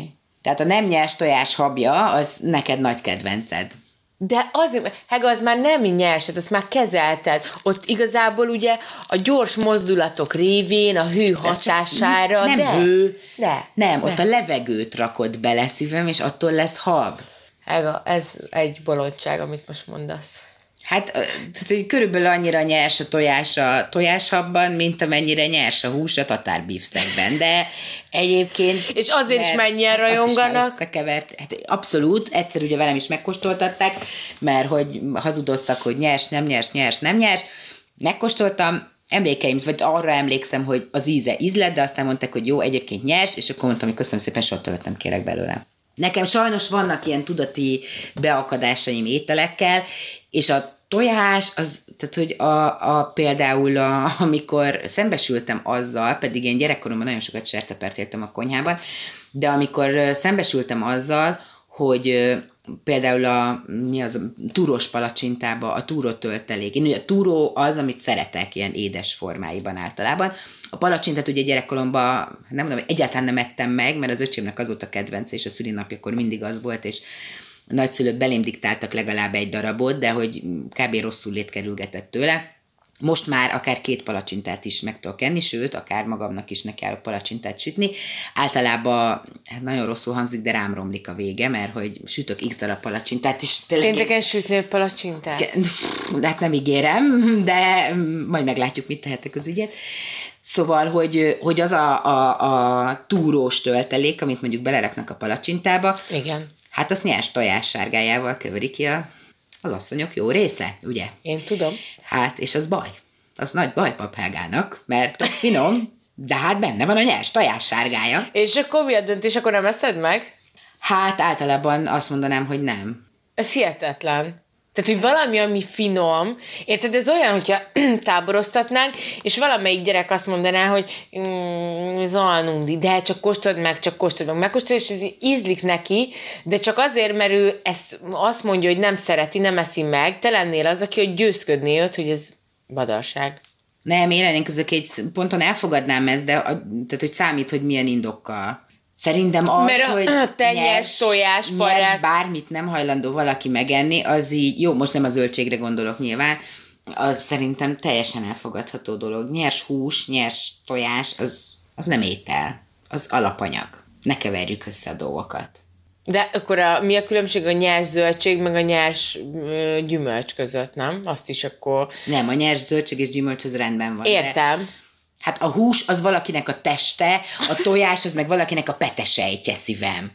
Tehát a nem nyers tojás habja, az neked nagy kedvenced. De azért, Hega, az már nem nyers, azt már kezelted. Ott igazából ugye a gyors mozdulatok révén, a hő hatására, nem de... hő, de, nem, de. ott a levegőt rakod bele, szívem, és attól lesz hab. Hega, ez egy bolondság, amit most mondasz. Hát, tehát, hogy körülbelül annyira nyers a tojás a tojáshabban, mint amennyire nyers a hús a tatárbeefsteakben, de egyébként... És azért is mennyien rajonganak. Összekevert, hát abszolút, egyszer ugye velem is megkóstoltatták, mert hogy hazudoztak, hogy nyers, nem nyers, nyers, nem nyers. Megkóstoltam, emlékeim, vagy arra emlékszem, hogy az íze ízlett, de aztán mondták, hogy jó, egyébként nyers, és akkor mondtam, hogy köszönöm szépen, soha többet nem kérek belőle. Nekem sajnos vannak ilyen tudati beakadásaim ételekkel, és a tojás, az, tehát hogy a, a, például a, amikor szembesültem azzal, pedig én gyerekkoromban nagyon sokat sertepert éltem a konyhában, de amikor szembesültem azzal, hogy például a, mi az, a túrós palacsintába, a túrótöltelék. Én ugye a túró az, amit szeretek ilyen édes formáiban általában. A palacsintát ugye gyerekkoromban, nem mondom, egyáltalán nem ettem meg, mert az öcsémnek az volt a kedvence, és a szülinapjakor mindig az volt, és a nagyszülők belém diktáltak legalább egy darabot, de hogy kb. Rosszul létkerülgetett tőle. Most már akár két palacsintát is meg tudok enni, sőt, akár magamnak is nekiállok palacsintát sütni. Általában hát nagyon rosszul hangzik, de rám romlik a vége, mert hogy sütök x darab palacsintát is. Pénteken sütnél palacsintát? De hát nem ígérem, de majd meglátjuk, mit tehetek az ügyet. Szóval, hogy, hogy az a, a, a túrós töltelék, amit mondjuk beleraknak a palacsintába, igen. Hát azt nyers tojás sárgájával köveri ki a, az asszonyok jó része, ugye? Én tudom. Hát, és az baj. Az nagy baj Paphágának, mert tök finom, de hát benne van a nyers tojás sárgája. És akkor mi a döntés, akkor nem eszed meg? Hát általában azt mondanám, hogy nem. Ez hihetetlen. Tehát, hogy valami, ami finom, érted, ez olyan, hogyha táboroztatnánk, és valamelyik gyerek azt mondaná, hogy mm, ez alnundi, de csak kóstold meg, csak kóstold meg, megkóstold, és ez ízlik neki, de csak azért, mert ő ezt azt mondja, hogy nem szereti, nem eszi meg, te lennél az, aki hogy győzködné őt, hogy ez badarság. Nem, én lennénk közök egy ponton elfogadnám ezt, de a, tehát, hogy számít, hogy milyen indokkal. Szerintem az, mert a, hogy te nyers, nyers tojás, nyers bármit nem hajlandó valaki megenni, az így, jó, most nem a zöldségre gondolok nyilván, az szerintem teljesen elfogadható dolog. Nyers hús, nyers tojás, az, az nem étel, az alapanyag. Ne keverjük össze a dolgokat. De akkor a, mi a különbség a nyers zöldség, meg a nyers ö, gyümölcs között, nem? Azt is akkor... Nem, a nyers zöldség és gyümölcs az rendben van. Értem. De... Hát a hús az valakinek a teste, a tojás az meg valakinek a petesejtje, szívem.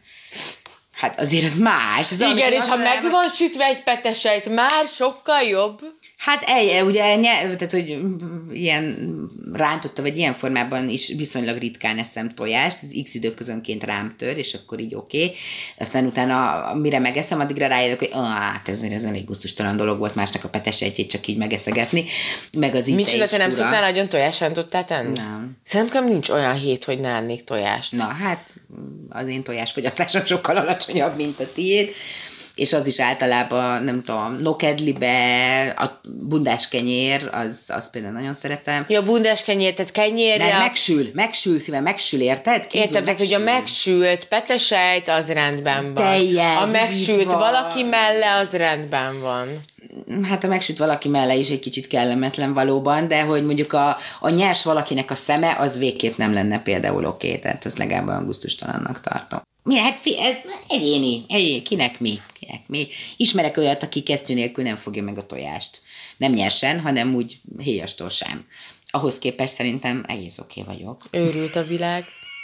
Hát azért az más. Az igen, és ha meg meg van sütve egy petesejt, már sokkal jobb. Hát egy, ugye, nye, tehát, hogy ilyen rántotta, vagy ilyen formában is viszonylag ritkán eszem tojást, ez x időközönként rám tör, és akkor így oké. Okay. Aztán utána, mire megeszem, addigra rájövök, hogy ah, hát ez, ez elég gusztustalan dolog volt másnak a petesejtjét csak így megeszegetni, meg az íze is Micsoda, te nem fura. szoktál nagyon tojást rántottál tenni? Nem. Szerintem nincs olyan hét, hogy ne ennék tojást. Na, hát az én tojásfogyasztásom sokkal alacsonyabb, mint a tiéd. És az is általában, nem tudom, nokedlibe, a bundás kenyér, az, az például nagyon szeretem. Ja, a bundás kenyér, tehát kenyérje. Mert megsül, megsül, szíve, megsül, érted? Érted, meg, hogy a megsült petesejt, az rendben van. Teljel, a megsült van. valaki melle, az rendben van. Hát a megsült valaki melle is egy kicsit kellemetlen valóban, de hogy mondjuk a, a nyers valakinek a szeme, az végképp nem lenne például oké, okay, tehát az legalább olyan gusztustalannak tartom. Mi? Hát fi, ez egyéni, egyéni, kinek mi? Kinek mi? Ismerek olyat, aki kesztyű nélkül nem fogja meg a tojást. Nem nyersen, hanem úgy héjastól sem. Ahhoz képest szerintem egész oké okay vagyok. Őrült a világ.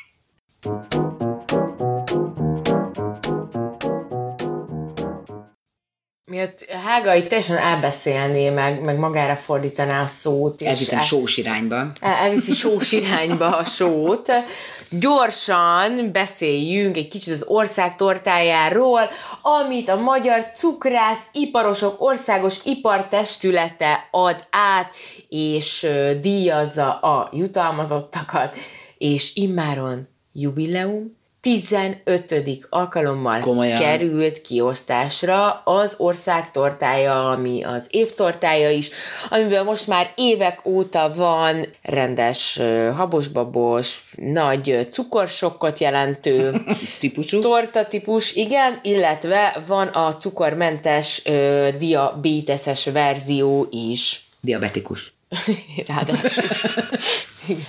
Miatt Hága itt teljesen elbeszélné, meg, meg magára fordítaná a szót. Elviszem el, sós irányba. El, elviszi sós irányba a sót. Gyorsan beszéljünk egy kicsit az ország tortájáról, amit a Magyar Cukrász Iparosok Országos Ipartestülete ad át, és díjazza a jutalmazottakat, és immáron jubileum, tizenötödik alkalommal Komolyan. került kiosztásra az ország tortája, ami az év tortája is, amiben most már évek óta van rendes habos-babos, nagy cukorsokkot jelentő típusú torta típus, igen, illetve van a cukormentes ö, diabéteses verzió is. Diabetikus. Ráadásul. Igen.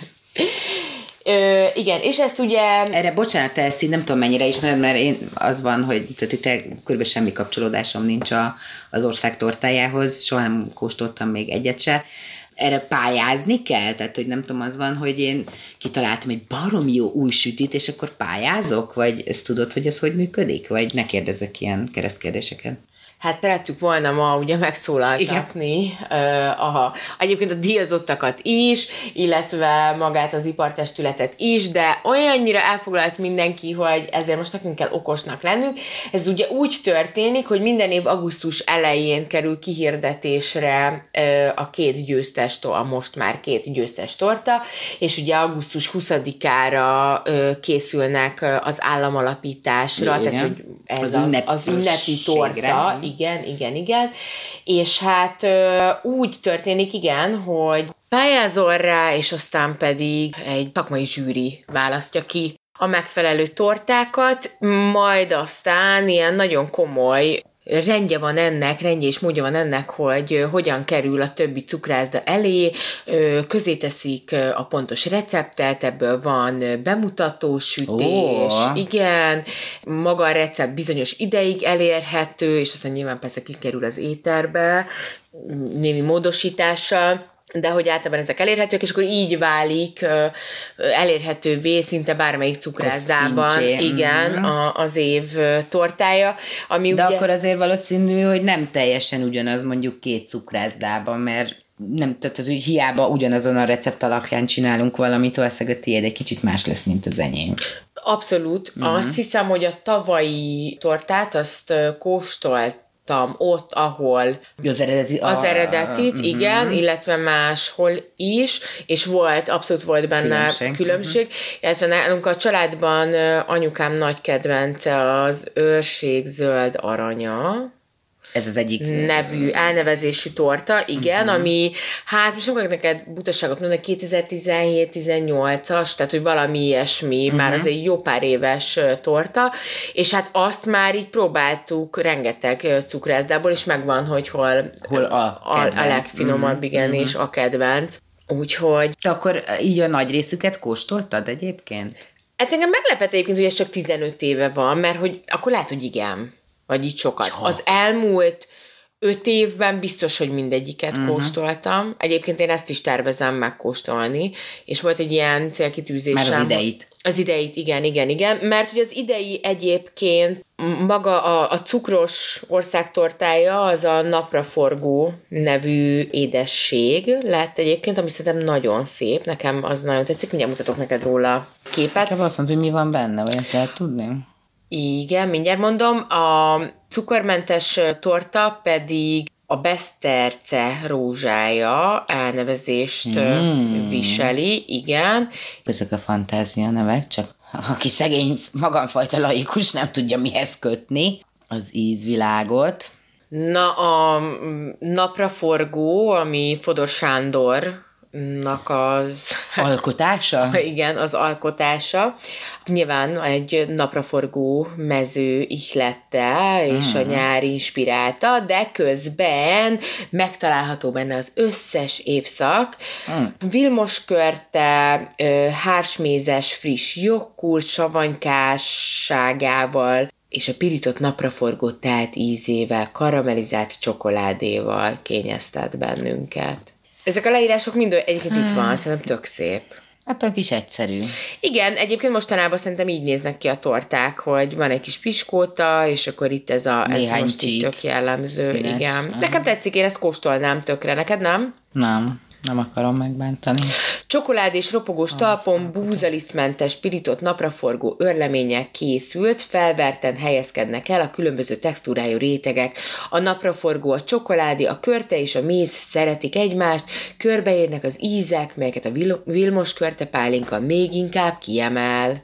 Ö, igen, és ezt ugye... Erre bocsánat, te ezt így nem tudom mennyire ismered, mert én az van, hogy tehát itt körülbelül semmi kapcsolódásom nincs a, az ország tortájához, soha nem kóstoltam még egyet se. Erre pályázni kell? Tehát, hogy nem tudom, az van, hogy én kitaláltam egy baromi jó új sütit, és akkor pályázok? Vagy ezt tudod, hogy ez hogy működik? Vagy ne kérdezzek ilyen keresztkérdéseket? Hát szerettük volna ma ugye megszólaltatni uh, a, egyébként a díjazottakat is, illetve magát az ipartestületet is, de olyannyira elfoglalt mindenki, hogy ezért most nekünk kell okosnak lennünk. Ez ugye úgy történik, hogy minden év augusztus elején kerül kihirdetésre uh, a két győztes, a most már két győztes torta, és ugye augusztus huszadikára uh, készülnek uh, az államalapításra, igen. tehát hogy ez az, az, ünnep az ünnepi torta. Igen, igen, igen. És hát ö, úgy történik, igen, hogy pályázol rá, és aztán pedig egy szakmai zsűri választja ki a megfelelő tortákat, majd aztán ilyen nagyon komoly rendje van ennek, rendje és módja van ennek, hogy hogyan kerül a többi cukrászda elé, közé teszik a pontos receptet, ebből van bemutató sütés, oh. igen, maga a recept bizonyos ideig elérhető, és aztán nyilván persze kikerül az éterbe, némi módosítással, de hogy általában ezek elérhetők, és akkor így válik uh, elérhetővé szinte bármelyik cukrászdában, igen, mm-hmm. a, az év uh, tortája. Ami de ugye... akkor azért valószínű, hogy nem teljesen ugyanaz mondjuk két cukrászdában, mert nem, tehát hogy hiába ugyanazon a recept alapján csinálunk valamit, valószínűleg a tiéd egy kicsit más lesz, mint az enyém. Abszolút. Mm-hmm. Azt hiszem, hogy a tavalyi tortát, azt uh, kóstolt ott, ahol az, eredeti, az a, eredetit, uh-huh. igen, illetve máshol is, és volt, abszolút volt benne különbség, különbség. Uh-huh. illetve nálunk a családban anyukám nagy kedvence az őrség zöld aranya, ez az egyik nevű elnevezésű torta, igen, uh-huh. ami, hát most nem akarok neked butaságot mondani, kétezer-tizenhét tizennyolcas, tehát, hogy valami ilyesmi, uh-huh. már az egy jó pár éves torta, és hát azt már így próbáltuk rengeteg cukrászdából, és megvan, hogy hol, hol a, a, a legfinomabb, uh-huh. igen, uh-huh. és a kedvenc. Úgyhogy... Te akkor így a nagy részüket kóstoltad egyébként? Hát engem meglepett egyébként, hogy ez csak tizenöt éve van, mert hogy akkor lehet, hogy igen. Vagy így sokat. Csak. Az elmúlt öt évben biztos, hogy mindegyiket uh-huh. kóstoltam. Egyébként én ezt is tervezem megkóstolni, és volt egy ilyen célkitűzésem. Már az ideit. Az ideit, igen, igen, igen. Mert hogy az idei egyébként maga a, a cukros országtortája, az a napraforgó nevű édesség lett egyébként, ami szerintem nagyon szép. Nekem az nagyon tetszik, mindjárt mutatok neked róla képet. Csak azt mondod, hogy mi van benne, vagy ezt lehet tudni? Igen, mindjárt mondom. A cukormentes torta pedig a Beszterce rózsája elnevezést mm. viseli, igen. Ezek a fantázia nevek, csak aki szegény magamfajta laikus nem tudja mihez kötni az ízvilágot. Na, a napraforgó, ami Fodor Sándor nak az... Alkotása? Igen, az alkotása. Nyilván egy napraforgó mező ihlette, és mm. a nyár inspirálta, de közben megtalálható benne az összes évszak. Mm. Vilmoskörte, hársmézes, friss joghurt, savanykásságával, és a pirított napraforgó telt ízével, karamellizált csokoládéval kényeztet bennünket. Ezek a leírások mind egyébként hmm. itt van, szerintem tök szép. Hát a kis egyszerű. Igen, egyébként mostanában szerintem így néznek ki a torták, hogy van egy kis piskóta, és akkor itt ez a ez most így tök jellemző. Színes. Igen. Nekem tetszik, én ezt kóstolnám tökre, neked nem? Nem. Nem akarom megbántani. Csokolád és ropogós ah, talpon búzalisztmentes pirított napraforgó örlemények készült, felverten helyezkednek el a különböző textúrájú rétegek. A napraforgó, a csokoládé, a körte és a méz szeretik egymást, körbeérnek az ízek, melyeket a vil- vilmos körte pálinka még inkább kiemel.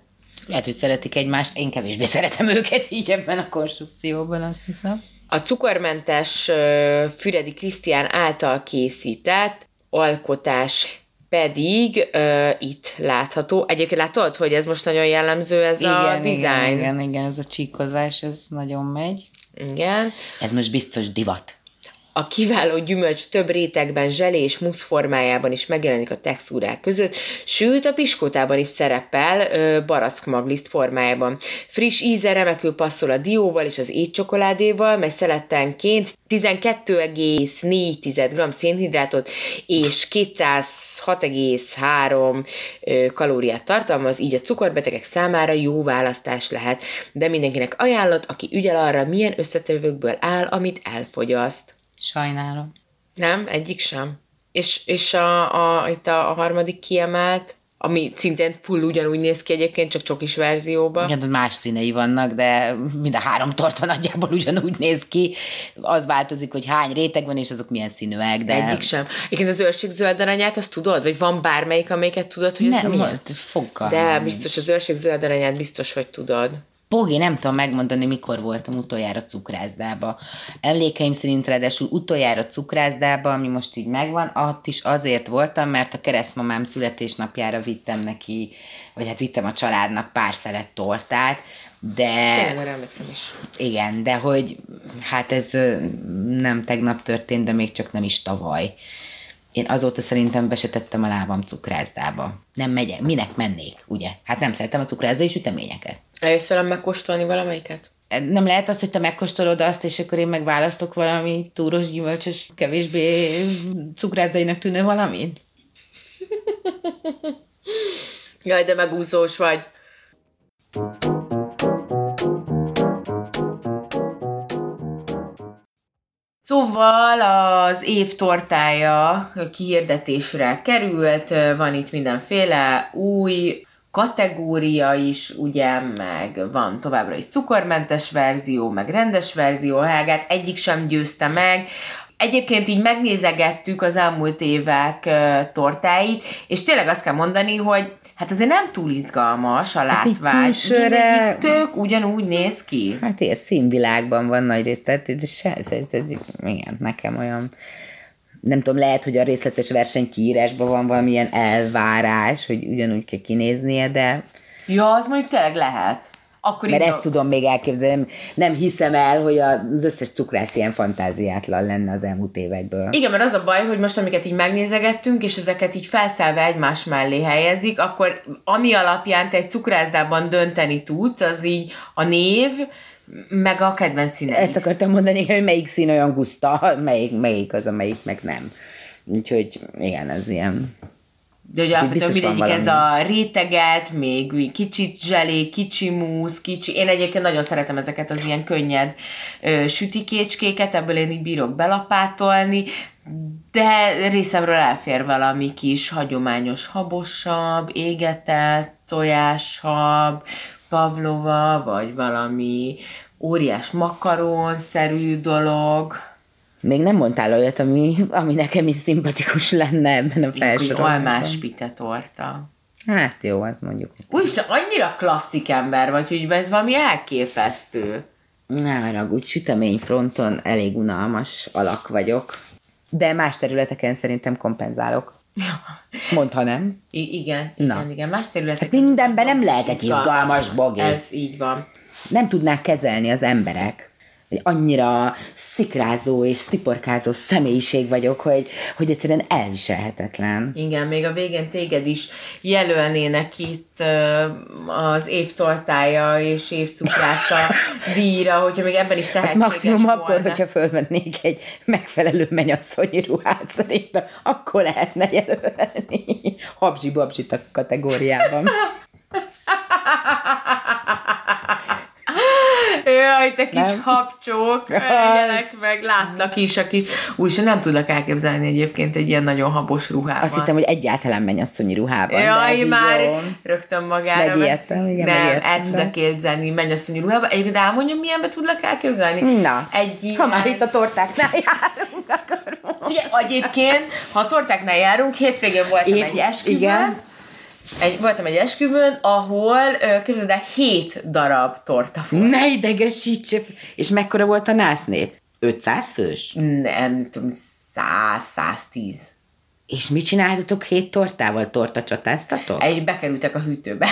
Lehet, hogy szeretik egymást, én kevésbé szeretem őket így ebben a konstrukcióban, azt hiszem. A cukormentes uh, Füredi Krisztián által készített alkotás pedig uh, itt látható. Egyébként látod, hogy ez most nagyon jellemző, ez igen, a design? Igen, igen, igen, ez a csíkozás, ez nagyon megy. Igen. Ez most biztos divat. A kiváló gyümölcs több rétegben, zselé és musz formájában is megjelenik a textúrák között, sőt a piskótában is szerepel ö, barackmagliszt formájában. Friss íze remekül passzol a dióval és az étcsokoládéval, mely szelettenként tizenkét egész négy gramm szénhidrátot és kétszázhat egész három kalóriát tartalmaz, így a cukorbetegek számára jó választás lehet. De mindenkinek ajánlott, aki ügyel arra, milyen összetevőkből áll, amit elfogyaszt. Sajnálom. Nem, egyik sem. És, és a, a, itt a, a harmadik kiemelt, ami szintén full ugyanúgy néz ki egyébként, csak csokis verzióban. Igen, más színei vannak, de mind a három torta nagyjából ugyanúgy néz ki. Az változik, hogy hány réteg van, és azok milyen színűek, de... Egyik sem. Egyébként az őrség-zöld aranyát, azt tudod? Vagy van bármelyik, amelyiket tudod, hogy nem, ez nem, fokkal. De biztos, az őrség-zöld aranyát biztos, hogy tudod. Bogi, nem tudom megmondani, mikor voltam utoljára cukrászdába. Emlékeim szerint ráadásul utoljára cukrászdába, ami most így megvan, ott is azért voltam, mert a keresztmamám születésnapjára vittem neki, vagy hát vittem a családnak pár szelet tortát, de... Tényleg, már emlékszem is. Igen, de hogy hát ez nem tegnap történt, de még csak nem is tavaly. Én azóta szerintem be se tettem a lábam cukrászdába. Nem megyek. Minek mennék, ugye? Hát nem szeretem a cukrászdai süteményeket. Eljössz velem megkóstolni valamelyiket? Nem lehet az, hogy te megkóstolod azt, és akkor én megválasztok valami túros, gyümölcsös, kevésbé cukrászdainak tűnő valamit? Jaj, de megúszós vagy. Szóval az év tortája kihirdetésre került, van itt mindenféle új kategória is, ugye, meg van továbbra is cukormentes verzió, meg rendes verzió, hát egyik sem győzte meg. Egyébként így megnézegettük az elmúlt évek tortáit, és tényleg azt kell mondani, hogy hát azért nem túl izgalmas a látvány. Hát külsőre... tök ugyanúgy néz ki. Hát ilyen színvilágban van nagy rész, tehát ez, ez, ez, ez, igen, nekem olyan... Nem tudom, lehet, hogy a részletes versenykiírásban van valamilyen elvárás, hogy ugyanúgy kell kinéznie, de... Ja, az mondjuk tényleg lehet. Akkor Mert ezt a... tudom még elképzelni, nem hiszem el, hogy az összes cukrász ilyen fantáziátlan lenne az elmúlt évekből. Igen, mert az a baj, hogy most amiket így megnézegettünk, és ezeket így felszelve egymás mellé helyezik, akkor ami alapján te egy cukrászdában dönteni tudsz, az így a név, meg a kedvenc színeid. Ezt akartam mondani, hogy melyik szín olyan guszta, melyik, melyik az, amelyik meg nem. Úgyhogy igen, ez ilyen... De ugye alapvetően mindegyik ez a réteget, még kicsit zselé, kicsi músz, kicsi... Én egyébként nagyon szeretem ezeket az ilyen könnyed ö, sütikécskéket, ebből én így bírok belapátolni, de részemről elfér valami kis hagyományos habosabb, égetett, tojáshab, pavlova, vagy valami óriás makaronszerű dolog. Még nem mondtál olyat, ami, ami nekem is szimpatikus lenne ebben a felsorolásban. Almás pite torta. Hát jó, az mondjuk. Úristen, annyira klasszik ember vagy, hogy ez valami elképesztő. Ne haragudj, süteményfronton elég unalmas alak vagyok. De más területeken szerintem kompenzálok. Mondd, ha nem. I- igen, Na. igen, igen, más területeken. Hát mindenben nem lehetek izgalmas, Bogi. Ez így van. Nem tudnák kezelni az emberek. Hogy annyira szikrázó és sziporkázó személyiség vagyok, hogy, hogy egyszerűen elviselhetetlen. Igen, még a végén téged is jelölnének itt uh, az év tortája és év cukrásza díjra, hogyha még ebben is tehetséges Azt maximum volna. akkor, hogyha fölvennék egy megfelelő mennyasszonyi ruhát, szerintem akkor lehetne jelölni. Habzsi-babzsi kategóriában. Jaj, te kis nem? habcsók, legyenek meg, látnak is, akik úgyse nem tudlak elképzelni egyébként egy ilyen nagyon habos ruhában. Azt hittem, hogy egyáltalán mennyasszonyi ruhában. Jaj, már jó. Rögtön magára Megijedtem, igen, nem, megijedtem, el tudlak képzelni mennyasszonyi ruhában. Egyébként elmondjam, milyenbe tudlak elképzelni? Na, egy ilyen... ha már itt a tortáknál járunk, akkor Figyelj, egyébként, ha a tortáknál járunk, hétvégén voltam Én, egy esküvőn, igen. egy, voltam egy esküvőn, ahol, képzeld el, hét darab torta volt. Ne idegesíts! És mekkora volt a násznép? ötszáz fős? Nem tudom, száz, száztíz. És mit csináltatok hét tortával? Tortacsatáztatok? Egy bekerültek a hűtőbe.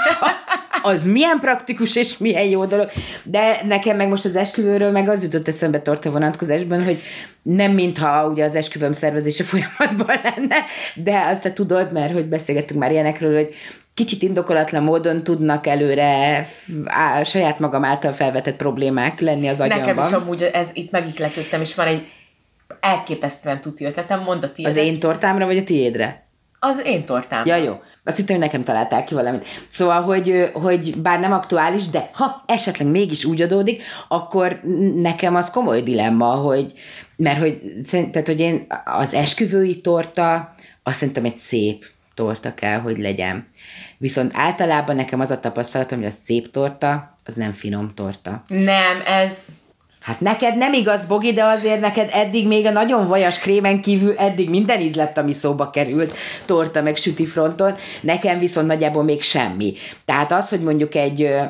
Az milyen praktikus és milyen jó dolog. De nekem meg most az esküvőről meg az jutott eszembe torta vonatkozásban, hogy nem mintha ugye az esküvőm szervezése folyamatban lenne, de azt te tudod, mert hogy beszélgettünk már ilyenekről, hogy kicsit indokolatlan módon tudnak előre á, saját magam által felvetett problémák lenni az agyamban. Nekem is amúgy ez itt megihletődtem, és van egy elképesztően tuti ötletem, mondd a tiédet. Az én tortámra, vagy a tiédre? Az én tortámra. Ja, jó. Azt hittem, hogy nekem találták ki valamit. Szóval, hogy, hogy bár nem aktuális, de ha esetleg mégis úgy adódik, akkor nekem az komoly dilemma, hogy, mert hogy, tehát, hogy én az esküvői torta, azt szerintem egy szép torta kell, hogy legyen. Viszont általában nekem az a tapasztalatom, hogy a szép torta, az nem finom torta. Nem, ez... Hát neked nem igaz, Bogi, de azért neked eddig még a nagyon vajas krémen kívül eddig minden íz lett, ami szóba került, torta meg süti fronton, nekem viszont nagyjából még semmi. Tehát az, hogy mondjuk egy ö,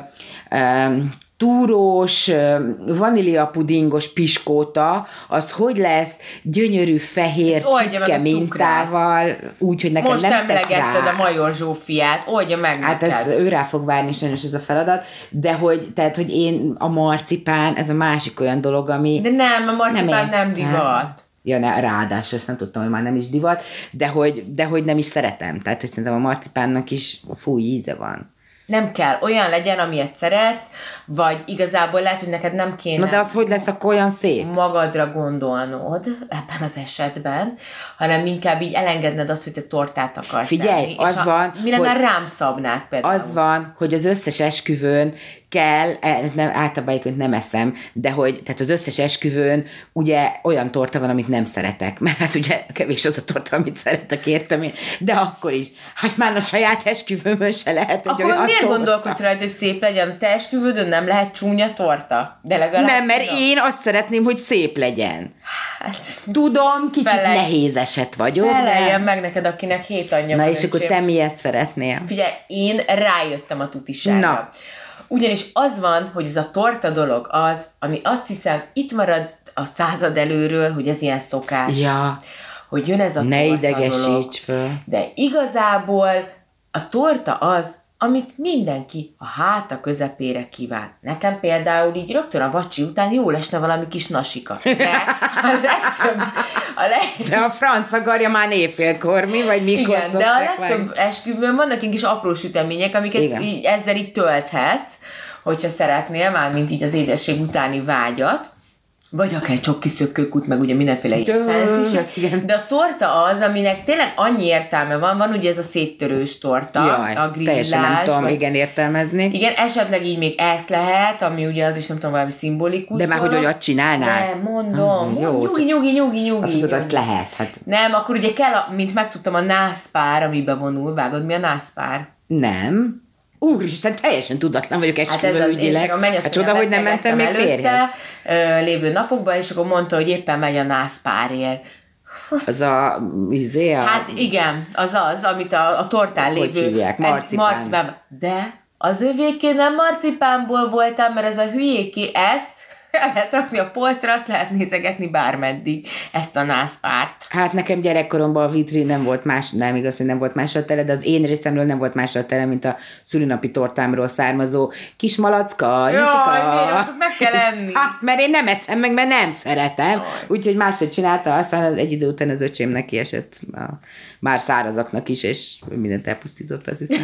ö, túrós, vaníliapudingos piskóta, az hogy lesz gyönyörű fehér csipke mintával, úgyhogy nekem most nem tesz rá. Most emlegetted a Major Zsófiát, oldja meg Hát ez, ő rá fog várni sajnos ez a feladat, de hogy, tehát, hogy én a marcipán, ez a másik olyan dolog, ami... De nem, a marcipán nem, nem divat. Nem. Ja, ne, ráadásul ezt nem tudtam, hogy már nem is divat, de hogy, de hogy nem is szeretem. Tehát, hogy szerintem a marcipánnak is fúj íze van. Nem kell, olyan legyen, amilyet szeretsz, vagy igazából lehet, hogy neked nem kéne... Na de az hogy lesz akkor olyan szép? Magadra gondolnod ebben az esetben, hanem inkább így elengedned azt, hogy te tortát akarsz Figyelj, enni. az és van, mi lenne, hogy rám szabnád például? Az van, hogy az összes esküvőn kell, nem, általában egyébként nem eszem, de hogy tehát az összes esküvőn ugye olyan torta van, amit nem szeretek, mert hát ugye kevés az a torta, amit szeretek, értem én, de akkor is. Hát már a saját esküvőmön se lehet egy akkor olyan miért torta. gondolkodsz rajta, hogy szép legyen? Te esküvődön nem lehet csúnya torta? De legalább nem, mert tudom. én azt szeretném, hogy szép legyen. Hát, tudom, kicsit felej, nehéz eset vagyok. Feleljen meg neked, akinek hét anyja Na van, és akkor öcsém. te miért szeretnél? Figyelj, én rájöttem a tutiságra. Na. Ugyanis az van, hogy ez a torta dolog az, ami azt hiszem, itt marad a század előről, hogy ez ilyen szokás. Ja. Hogy jön ez a Ne torta idegesíts dolog. föl. De igazából a torta az, amit mindenki a háta közepére kíván. Nekem például így rögtön a vacsi után jól esne valami kis nasika. De a legtöbb... A leg... De a franc agarja már éjfélkor, mi? Vagy mikor Igen, de a legtöbb meg? esküvőn vannak egy kis apró sütemények, amiket Igen. így, ezzel így tölthetsz, hogyha szeretnél, már mint így az édesség utáni vágyat. Vagy akár csoki szökkőkút, meg ugye mindenféle ilyen fancy. De a torta az, aminek tényleg annyi értelme van, van ugye ez a széttörős torta, Jaj, a grillás. teljesen nem tudom, vagy... igen, értelmezni. Igen, esetleg így még ezt lehet, ami ugye az is nem tudom, valami szimbolikus. De már hogy olyat csinálnál? Nem, mondom. Az jó, nyugi, nyugi, nyugi, nyugi. azt tudod, nyugi. azt lehet. Hát Nem, akkor ugye kell, a, mint megtudtam, a nászpár, amibe vonul. Vágod, mi a nászpár? nem. Úristen, teljesen tudatlan vagyok esküvőügyileg. Hát, hát csoda, hogy nem mentem még férjhez. Előtte, lévő napokban, és akkor mondta, hogy éppen megy a nászpárért. Az a izé, a... Hát igen, az az, amit a, a tortán Hogy lévő... hívják? Marcipán. marcipán. De az övéké nem marcipánból voltam, mert ez a hülyéké ezt el lehet rakni a polcra, azt lehet nézegetni bármeddig, ezt a nászpárt. Hát nekem gyerekkoromban a vitrin nem volt más, nem igaz, hogy nem volt mással tele, de az én részemről nem volt mással tele, mint a szülinapi tortámról származó kis malacka, nyuszika. Jaj, miért? Meg kell enni. Hát, mert én nem eszem meg, mert nem szeretem. Úgyhogy máshogy csinálta, aztán az egy idő után az öcsém neki esett a, már szárazaknak is, és mindent elpusztított, azt hiszem.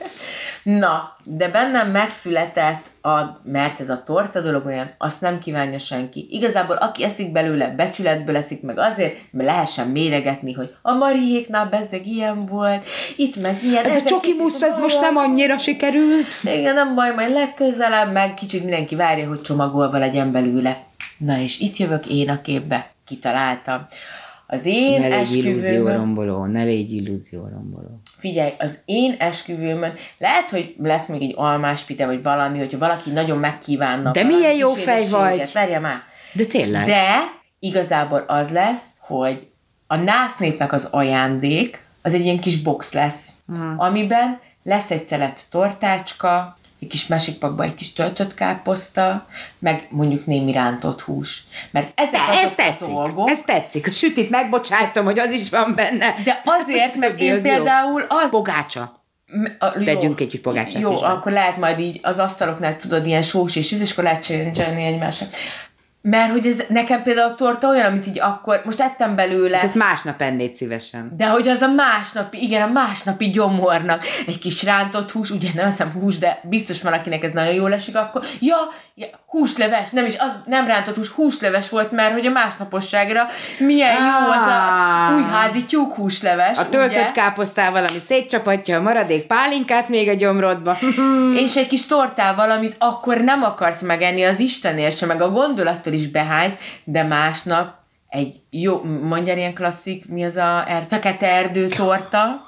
Na, de bennem megszületett, a, mert ez a torta dolog olyan, azt nem kívánja senki. Igazából aki eszik belőle, becsületből eszik meg azért, mert lehessen méregetni, hogy a Mariéknál bezzeg ilyen volt, itt meg ilyen. Ez a csoki musz, ez most nem annyira sikerült. Igen, nem baj, majd legközelebb, meg kicsit mindenki várja, hogy csomagolva legyen belőle. Na és itt jövök én a képbe. Kitaláltam. Az én ne légy esküvőmön... illúzióromboló, ne légy illúzióromboló. Figyelj, az én esküvőmön lehet, hogy lesz még egy almáspite, vagy valami, hogyha valaki nagyon megkívánna. De milyen jó fej vagy. Várja már. De tényleg. De igazából az lesz, hogy a násznépnek az ajándék, az egy ilyen kis box lesz, hmm. amiben lesz egy szelet tortácska, egy kis másikpakban egy kis töltött káposzta, meg mondjuk némi rántott hús. Mert ezek de azok ez tetszik, a dolgok. Ez tetszik. A sütit megbocsájtom, hogy az is van benne. De azért, mert én az például az... Pogácsa. A, jó, Vegyünk egy kis pogácsát jó, is. Jó, akkor lehet majd így az asztaloknál tudod, ilyen sós és íz, és akkor lehet csinálni egymásra. Mert hogy ez nekem például a torta olyan, amit így akkor, most ettem belőle. Hát ez másnap ennéd szívesen. De hogy az a másnapi, igen, a másnapi gyomornak egy kis rántott hús, ugye nem hiszem hús, de biztos van, akinek ez nagyon jól esik, akkor ja, ja húsleves, nem is, az nem rántott hús, húsleves volt, mert hogy a másnaposságra milyen jó az a újházi tyúk húsleves. A töltött ugye? Káposztával, ami szétcsapatja a maradék pálinkát még a gyomrodba. És egy kis tortával, amit akkor nem akarsz megenni az Istenért sem, meg a gondolattól is behánysz, de másnap egy jó, mondjál ilyen klasszik, mi az a er, fekete erdő torta?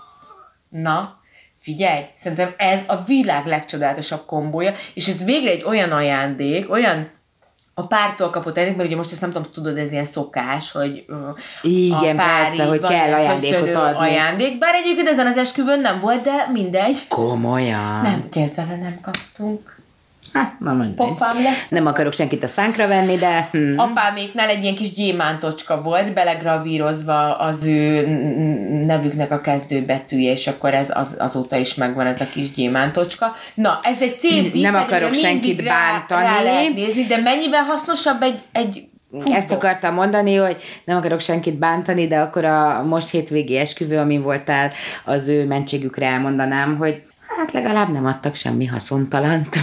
Na, figyelj, szerintem ez a világ legcsodálatosabb kombója, és ez végre egy olyan ajándék, olyan a pártól kapott ajándék, mert ugye most ezt nem tudom, tudod, ez ilyen szokás, hogy igen, a persze, hogy kell ajándékot adni. Ajándék, bár egyébként ezen az esküvőn nem volt, de mindegy. Komolyan. Nem, képzelve nem kaptunk. Hát, na mindegy. Pofám lesz. Nem akarok senkit a szánkra venni, de... Hm. Apáméknál egy ilyen kis gyémántocska volt, belegravírozva az ő nevüknek a kezdőbetűje, és akkor ez az, azóta is megvan ez a kis gyémántocska. Na, ez egy szép dísz, nem akarok senkit rá, bántani. Rá lehet nézni, de mennyivel hasznosabb egy, egy foodbox. Ezt akartam mondani, hogy nem akarok senkit bántani, de akkor a most hétvégi esküvő, amin voltál, az ő mentségükre elmondanám, hogy hát legalább nem adtak semmi haszontalant.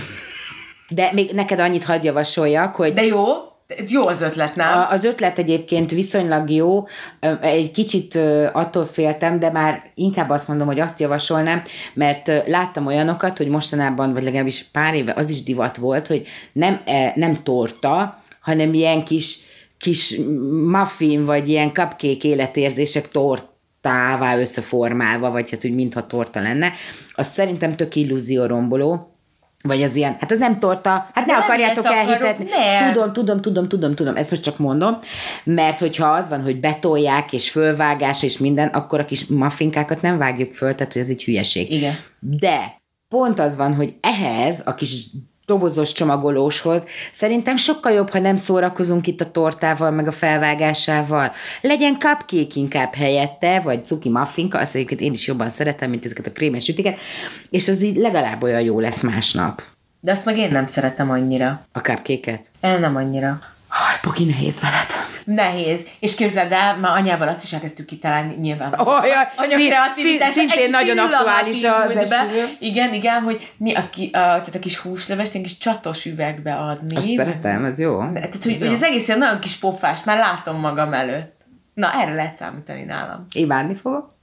De még neked annyit hadd javasoljak, hogy... De jó, jó az ötlet, nem? Az ötlet egyébként viszonylag jó, egy kicsit attól féltem, de már inkább azt mondom, hogy azt javasolnám, mert láttam olyanokat, hogy mostanában, vagy legalábbis pár éve az is divat volt, hogy nem, nem torta, hanem ilyen kis, kis muffin, vagy ilyen cupcake életérzések tortává összeformálva, vagy hát úgy mintha torta lenne. Az szerintem tök illúzióromboló. Vagy az ilyen, hát az nem torta, hát de ne akarjátok elhitetni. Tudom, tudom, tudom, tudom, tudom, ezt most csak mondom, mert hogyha az van, hogy betolják, és fölvágás, és minden, akkor a kis muffinkákat nem vágjuk föl, tehát hogy ez egy hülyeség. Igen. De pont az van, hogy ehhez a kis dobozos csomagolóshoz szerintem sokkal jobb, ha nem szórakozunk itt a tortával, meg a felvágásával. Legyen cupcake inkább helyette, vagy cuki muffinka, azt egyébként én is jobban szeretem, mint ezeket a krémes sütiket, és az így legalább olyan jó lesz másnap. De azt meg én nem szeretem annyira. A cupcake-et? Én nem annyira. Haj, Poki, nehéz veled. Nehéz. És képzeld el, már anyával azt is elkezdtük kitalálni, nyilván. Oh, ja, anya kreativitás. Szintén nagyon aktuális az esküvő. Igen, igen, hogy mi a, ki, a, tehát a kis húslevest egy kis csatos üvegbe adni. Azt szeretem, ez jó. De, tehát, hogy, hogy az egész ilyen nagyon kis pofás, már látom magam előtt. Na, erre lehet számítani nálam. Imádni fogok.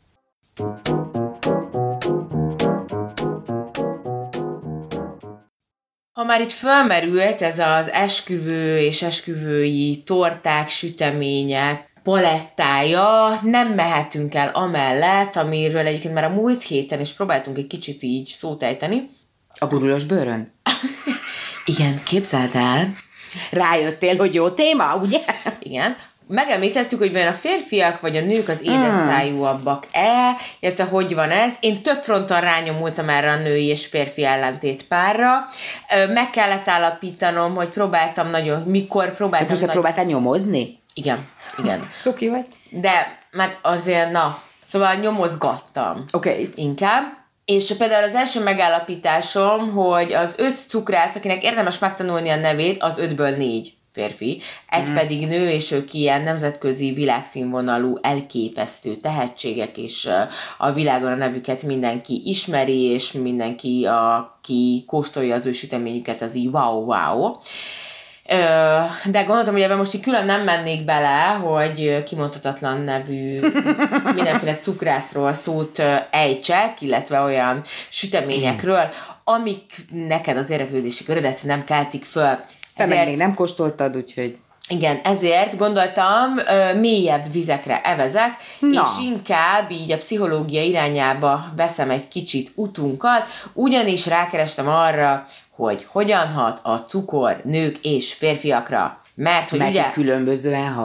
Ha már itt felmerült ez az esküvő és esküvői torták, sütemények palettája, nem mehetünk el amellett, amiről egyébként már a múlt héten is próbáltunk egy kicsit így szót ejteni. A gurulós bőrön? Igen, képzeld el. Rájöttél, hogy jó téma, ugye? Igen. Megemlítettük, hogy vajon a férfiak vagy a nők az édesszájúabbak-e, illetve hogy van ez. Én több fronton rányomultam erre a női és férfi ellentét párra. Meg kellett állapítanom, hogy próbáltam nagyon, mikor próbáltam... Tehát most nagy... próbáltál nyomozni? Igen, igen. Cuki vagy? De, mert azért, na, szóval nyomozgattam. Oké. Okay. Inkább. És például az első megállapításom, hogy az öt cukrász, akinek érdemes megtanulni a nevét, az ötből négy férfi, egy mm. pedig nő, és ők ilyen nemzetközi világszínvonalú, elképesztő tehetségek, és a világon a nevüket mindenki ismeri, és mindenki, aki kóstolja az ő süteményüket, az így wow-wow. De gondoltam, hogy ebben most így külön nem mennék bele, hogy kimondhatatlan nevű mindenféle cukrászról szót ejtsek, illetve olyan süteményekről, amik neked az érdeklődési körödet nem keltik föl. Te ezért, meg még nem kóstoltad, úgyhogy... Igen, ezért gondoltam, mélyebb vizekre evezek, Na. és inkább így a pszichológia irányába veszem egy kicsit utunkat, ugyanis rákerestem arra, hogy hogyan hat a cukor nők és férfiakra. Mert hogy Mert ugye... különbözően hat.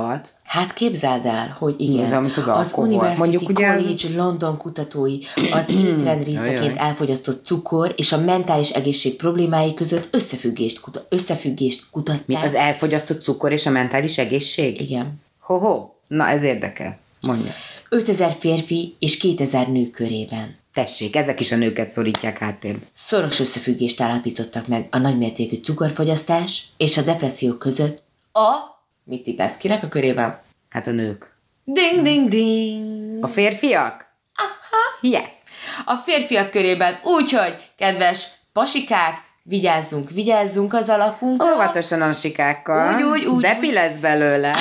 Hát képzeld el, hogy igen, ez, amit az, az University Mondjuk, College ugye... London kutatói az étrend részeként elfogyasztott cukor és a mentális egészség problémái között összefüggést, kuta- összefüggést kutatták. Mi az elfogyasztott cukor és a mentális egészség? Igen. Ho-ho, na ez érdekel. Mondja. ötezer férfi és kétezer nő körében. Tessék, ezek is a nőket szorítják háttérbe. Szoros összefüggést állapítottak meg a nagymértékű cukorfogyasztás és a depresszió között. A... Mit tippelsz kinek a körében? Hát a nők. Ding, ding, ding. A férfiak? Aha. Yeah. A férfiak körében. Úgyhogy, kedves pasikák, vigyázzunk, vigyázzunk az alakunkra. Óvatosan a sikákkal. Úgy, úgy, úgy. Depi lesz belőle.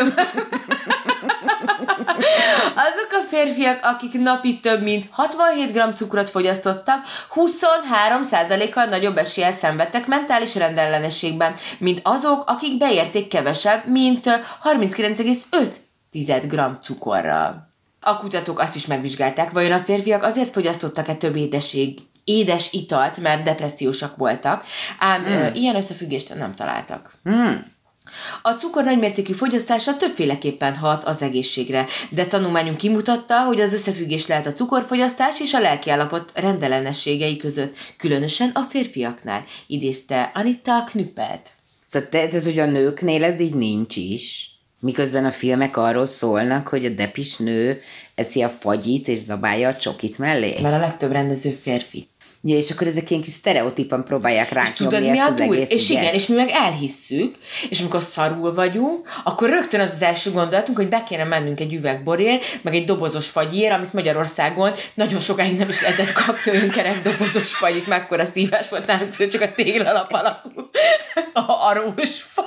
Azok a férfiak, akik napi több mint hatvanhét gramm cukrot fogyasztottak, huszonhárom százalékkal nagyobb eséllyel szenvedtek mentális rendellenességben, mint azok, akik beérték kevesebb, mint harminckilenc egész öt gramm cukorral. A kutatók azt is megvizsgálták, vajon a férfiak azért fogyasztottak-e több édesség, édes italt, mert depressziósak voltak, ám hmm. ö, ilyen összefüggést nem találtak. Hmm. A cukor nagymértékű fogyasztása többféleképpen hat az egészségre, de tanulmányunk kimutatta, hogy az összefüggés lehet a cukorfogyasztás és a lelkiállapot rendellenességei között, különösen a férfiaknál, idézte Anita Knüppelt. Szóval te, ez, hogy a nőknél ez így nincs is. Miközben a filmek arról szólnak, hogy a depis nő eszi a fagyit és zabálja a csokit mellé. Mert a legtöbb rendező férfi. Ja, és akkor ezek ilyen kis sztereotípan próbálják ránk és nyomni tudod, ezt az egész. És igen, és mi meg elhisszük, és amikor szarul vagyunk, akkor rögtön az az első gondolatunk, hogy be kéne mennünk egy üveg borért, meg egy dobozos fagyér, amit Magyarországon nagyon sokáig nem is lehetett kapni, olyan kerek dobozos fagyit, mekkora szívás volt nálunk, csak a téglalap alakú arós fagy.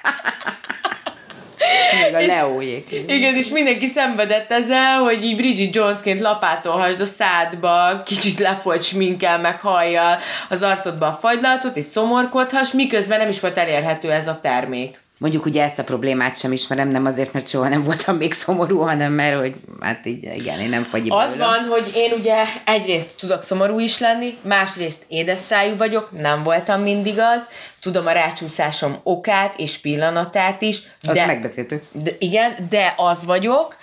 Még a Leójék. Igen, és mindenki szenvedett ezzel, hogy így Bridget Jonesként lapátolhasd a szádba, kicsit lefolyt sminkkel, meg hajjal az arcodba a fagylaltot, és szomorkodhass, miközben nem is volt elérhető ez a termék. Mondjuk ugye ezt a problémát sem ismerem, nem azért, mert soha nem voltam még szomorú, hanem mert, hogy hát így, igen, én nem fagyi Az belőle. Van, hogy én ugye egyrészt tudok szomorú is lenni, másrészt édes szájú vagyok, nem voltam mindig az, tudom a rácsúszásom okát és pillanatát is. Azt de, megbeszéltük. De, igen, de az vagyok.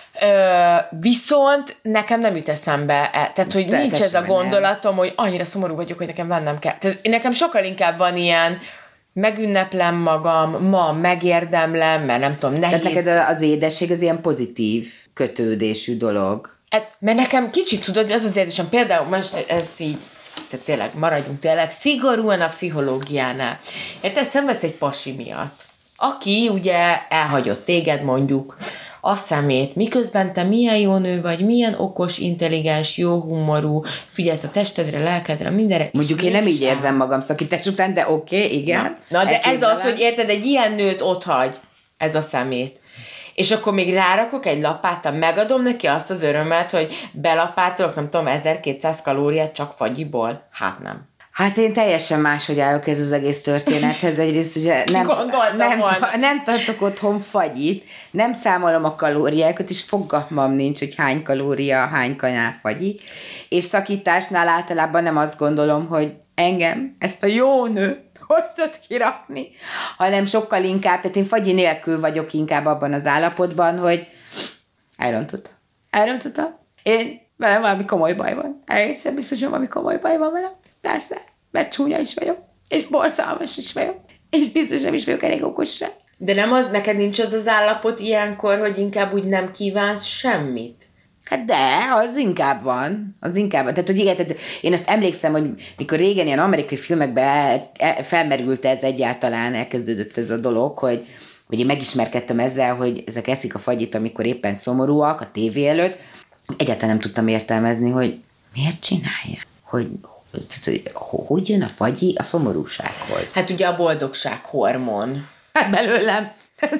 Ö, viszont nekem nem jut eszembe, tehát hogy de nincs ez a gondolatom, nem. Hogy annyira szomorú vagyok, hogy nekem vennem kell. Tehát nekem sokkal inkább van ilyen, megünneplem magam, ma megérdemlem, mert nem tudom, nehéz. Tehát neked az édesség az ilyen pozitív kötődésű dolog. Hát, mert nekem kicsit tudod, az az édesem, például most ez így, tehát tényleg maradjunk tényleg szigorúan a pszichológiánál. Érted, szenvedsz egy pasi miatt, aki ugye elhagyott téged mondjuk a szemét, miközben te milyen jó nő vagy, milyen okos, intelligens, jó humorú, figyelsz a testedre, lelkedre, mindenre. Mondjuk én nem így érzem el. magam szakítás után, de oké, okay, igen. Na, na de ez az, hogy érted, egy ilyen nőt otthagy ez a szemét. És akkor még rárakok egy lapáttal, megadom neki azt az örömet, hogy belapátolok, nem tudom, ezerkétszáz kalóriát csak fagyiból? Hát nem. Hát én teljesen máshogy állok ez az egész történethez. Egyrészt ugye nem, nem, nem tartok otthon fagyit, nem számolom a kalóriákat, és fogalmam nincs, hogy hány kalória, hány kanál fagyi. És szakításnál általában nem azt gondolom, hogy engem, ezt a jó nőt, hogy tud kirakni, hanem sokkal inkább, tehát én fagyi nélkül vagyok inkább abban az állapotban, hogy elrontottam. Elrontottam. Én, velem valami komoly baj van. Egészen biztos, hogy valami komoly baj van velem. Persze, mert csúnya is vagyok, és borzalmas is vagyok, és biztos nem is vagyok elég okos sem. De nem az, neked nincs az az állapot ilyenkor, hogy inkább úgy nem kívánsz semmit? Hát de, az inkább van. Az inkább van. Tehát, hogy igen, tehát én azt emlékszem, hogy mikor régen ilyen amerikai filmekben felmerült ez egyáltalán, elkezdődött ez a dolog, hogy, hogy én megismerkedtem ezzel, hogy ezek eszik a fagyit, amikor éppen szomorúak a tévé előtt. Egyáltalán nem tudtam értelmezni, hogy miért csinálja? Hogy hogy, hogy jön a fagyi a szomorúsághoz? Hát ugye a boldogság hormon. Hát belőlem.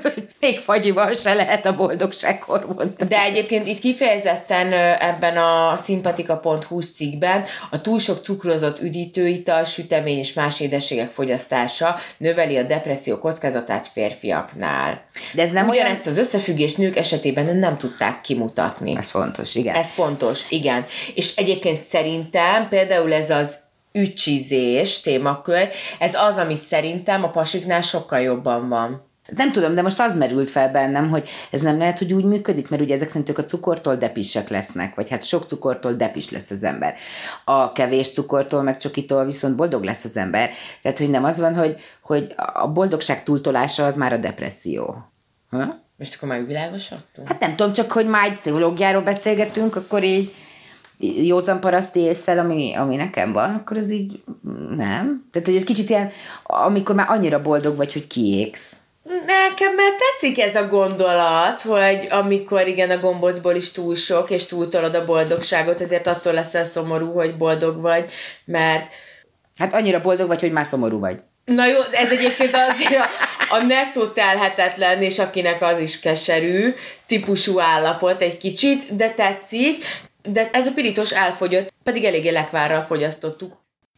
Még fagyival se lehet a boldogság hormont. De egyébként itt kifejezetten ebben a szimpatika pont hu cikkben a túl sok cukrozott üdítőital, sütemény és más édességek fogyasztása növeli a depresszió kockázatát férfiaknál. De ez nem ugyanezt olyan... az összefüggést nők esetében nem tudták kimutatni. Ez fontos, igen. Ez fontos, igen. És egyébként szerintem például ez az ücsizés témakör, ez az, ami szerintem a pasiknál sokkal jobban van. Nem tudom, de most az merült fel bennem, hogy ez nem lehet, hogy úgy működik, mert ugye ezek szerint ők a cukortól depisek lesznek, vagy hát sok cukortól depis lesz az ember. A kevés cukortól, meg csokitól viszont boldog lesz az ember. Tehát, hogy nem az van, hogy, hogy a boldogság túltolása az már a depresszió. Ha? Most akkor már világosodtunk? Hát nem tudom, csak hogy már egy pszichológiáról beszélgetünk, akkor így józan paraszti ésszel, ami, ami nekem van, akkor az így nem. Tehát, hogy egy kicsit ilyen, amikor már annyira boldog vagy, hogy kiégsz. Nekem már tetszik ez a gondolat, hogy amikor igen, a gombócból is túl sok, és túltolod a boldogságot, ezért attól leszel szomorú, hogy boldog vagy, mert... Hát annyira boldog vagy, hogy már szomorú vagy. Na jó, ez egyébként azért a, a nettó telhetetlen, és akinek az is keserű típusú állapot egy kicsit, de tetszik, de ez a pirítós elfogyott, pedig eléggé lekvárral fogyasztottuk.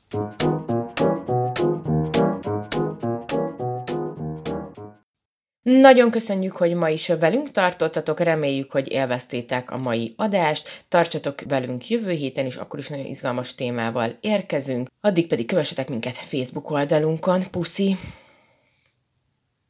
Nagyon köszönjük, hogy ma is velünk tartottatok, reméljük, hogy élveztétek a mai adást, tartsatok velünk jövő héten is, akkor is nagyon izgalmas témával érkezünk, addig pedig kövessetek minket Facebook oldalunkon, puszi!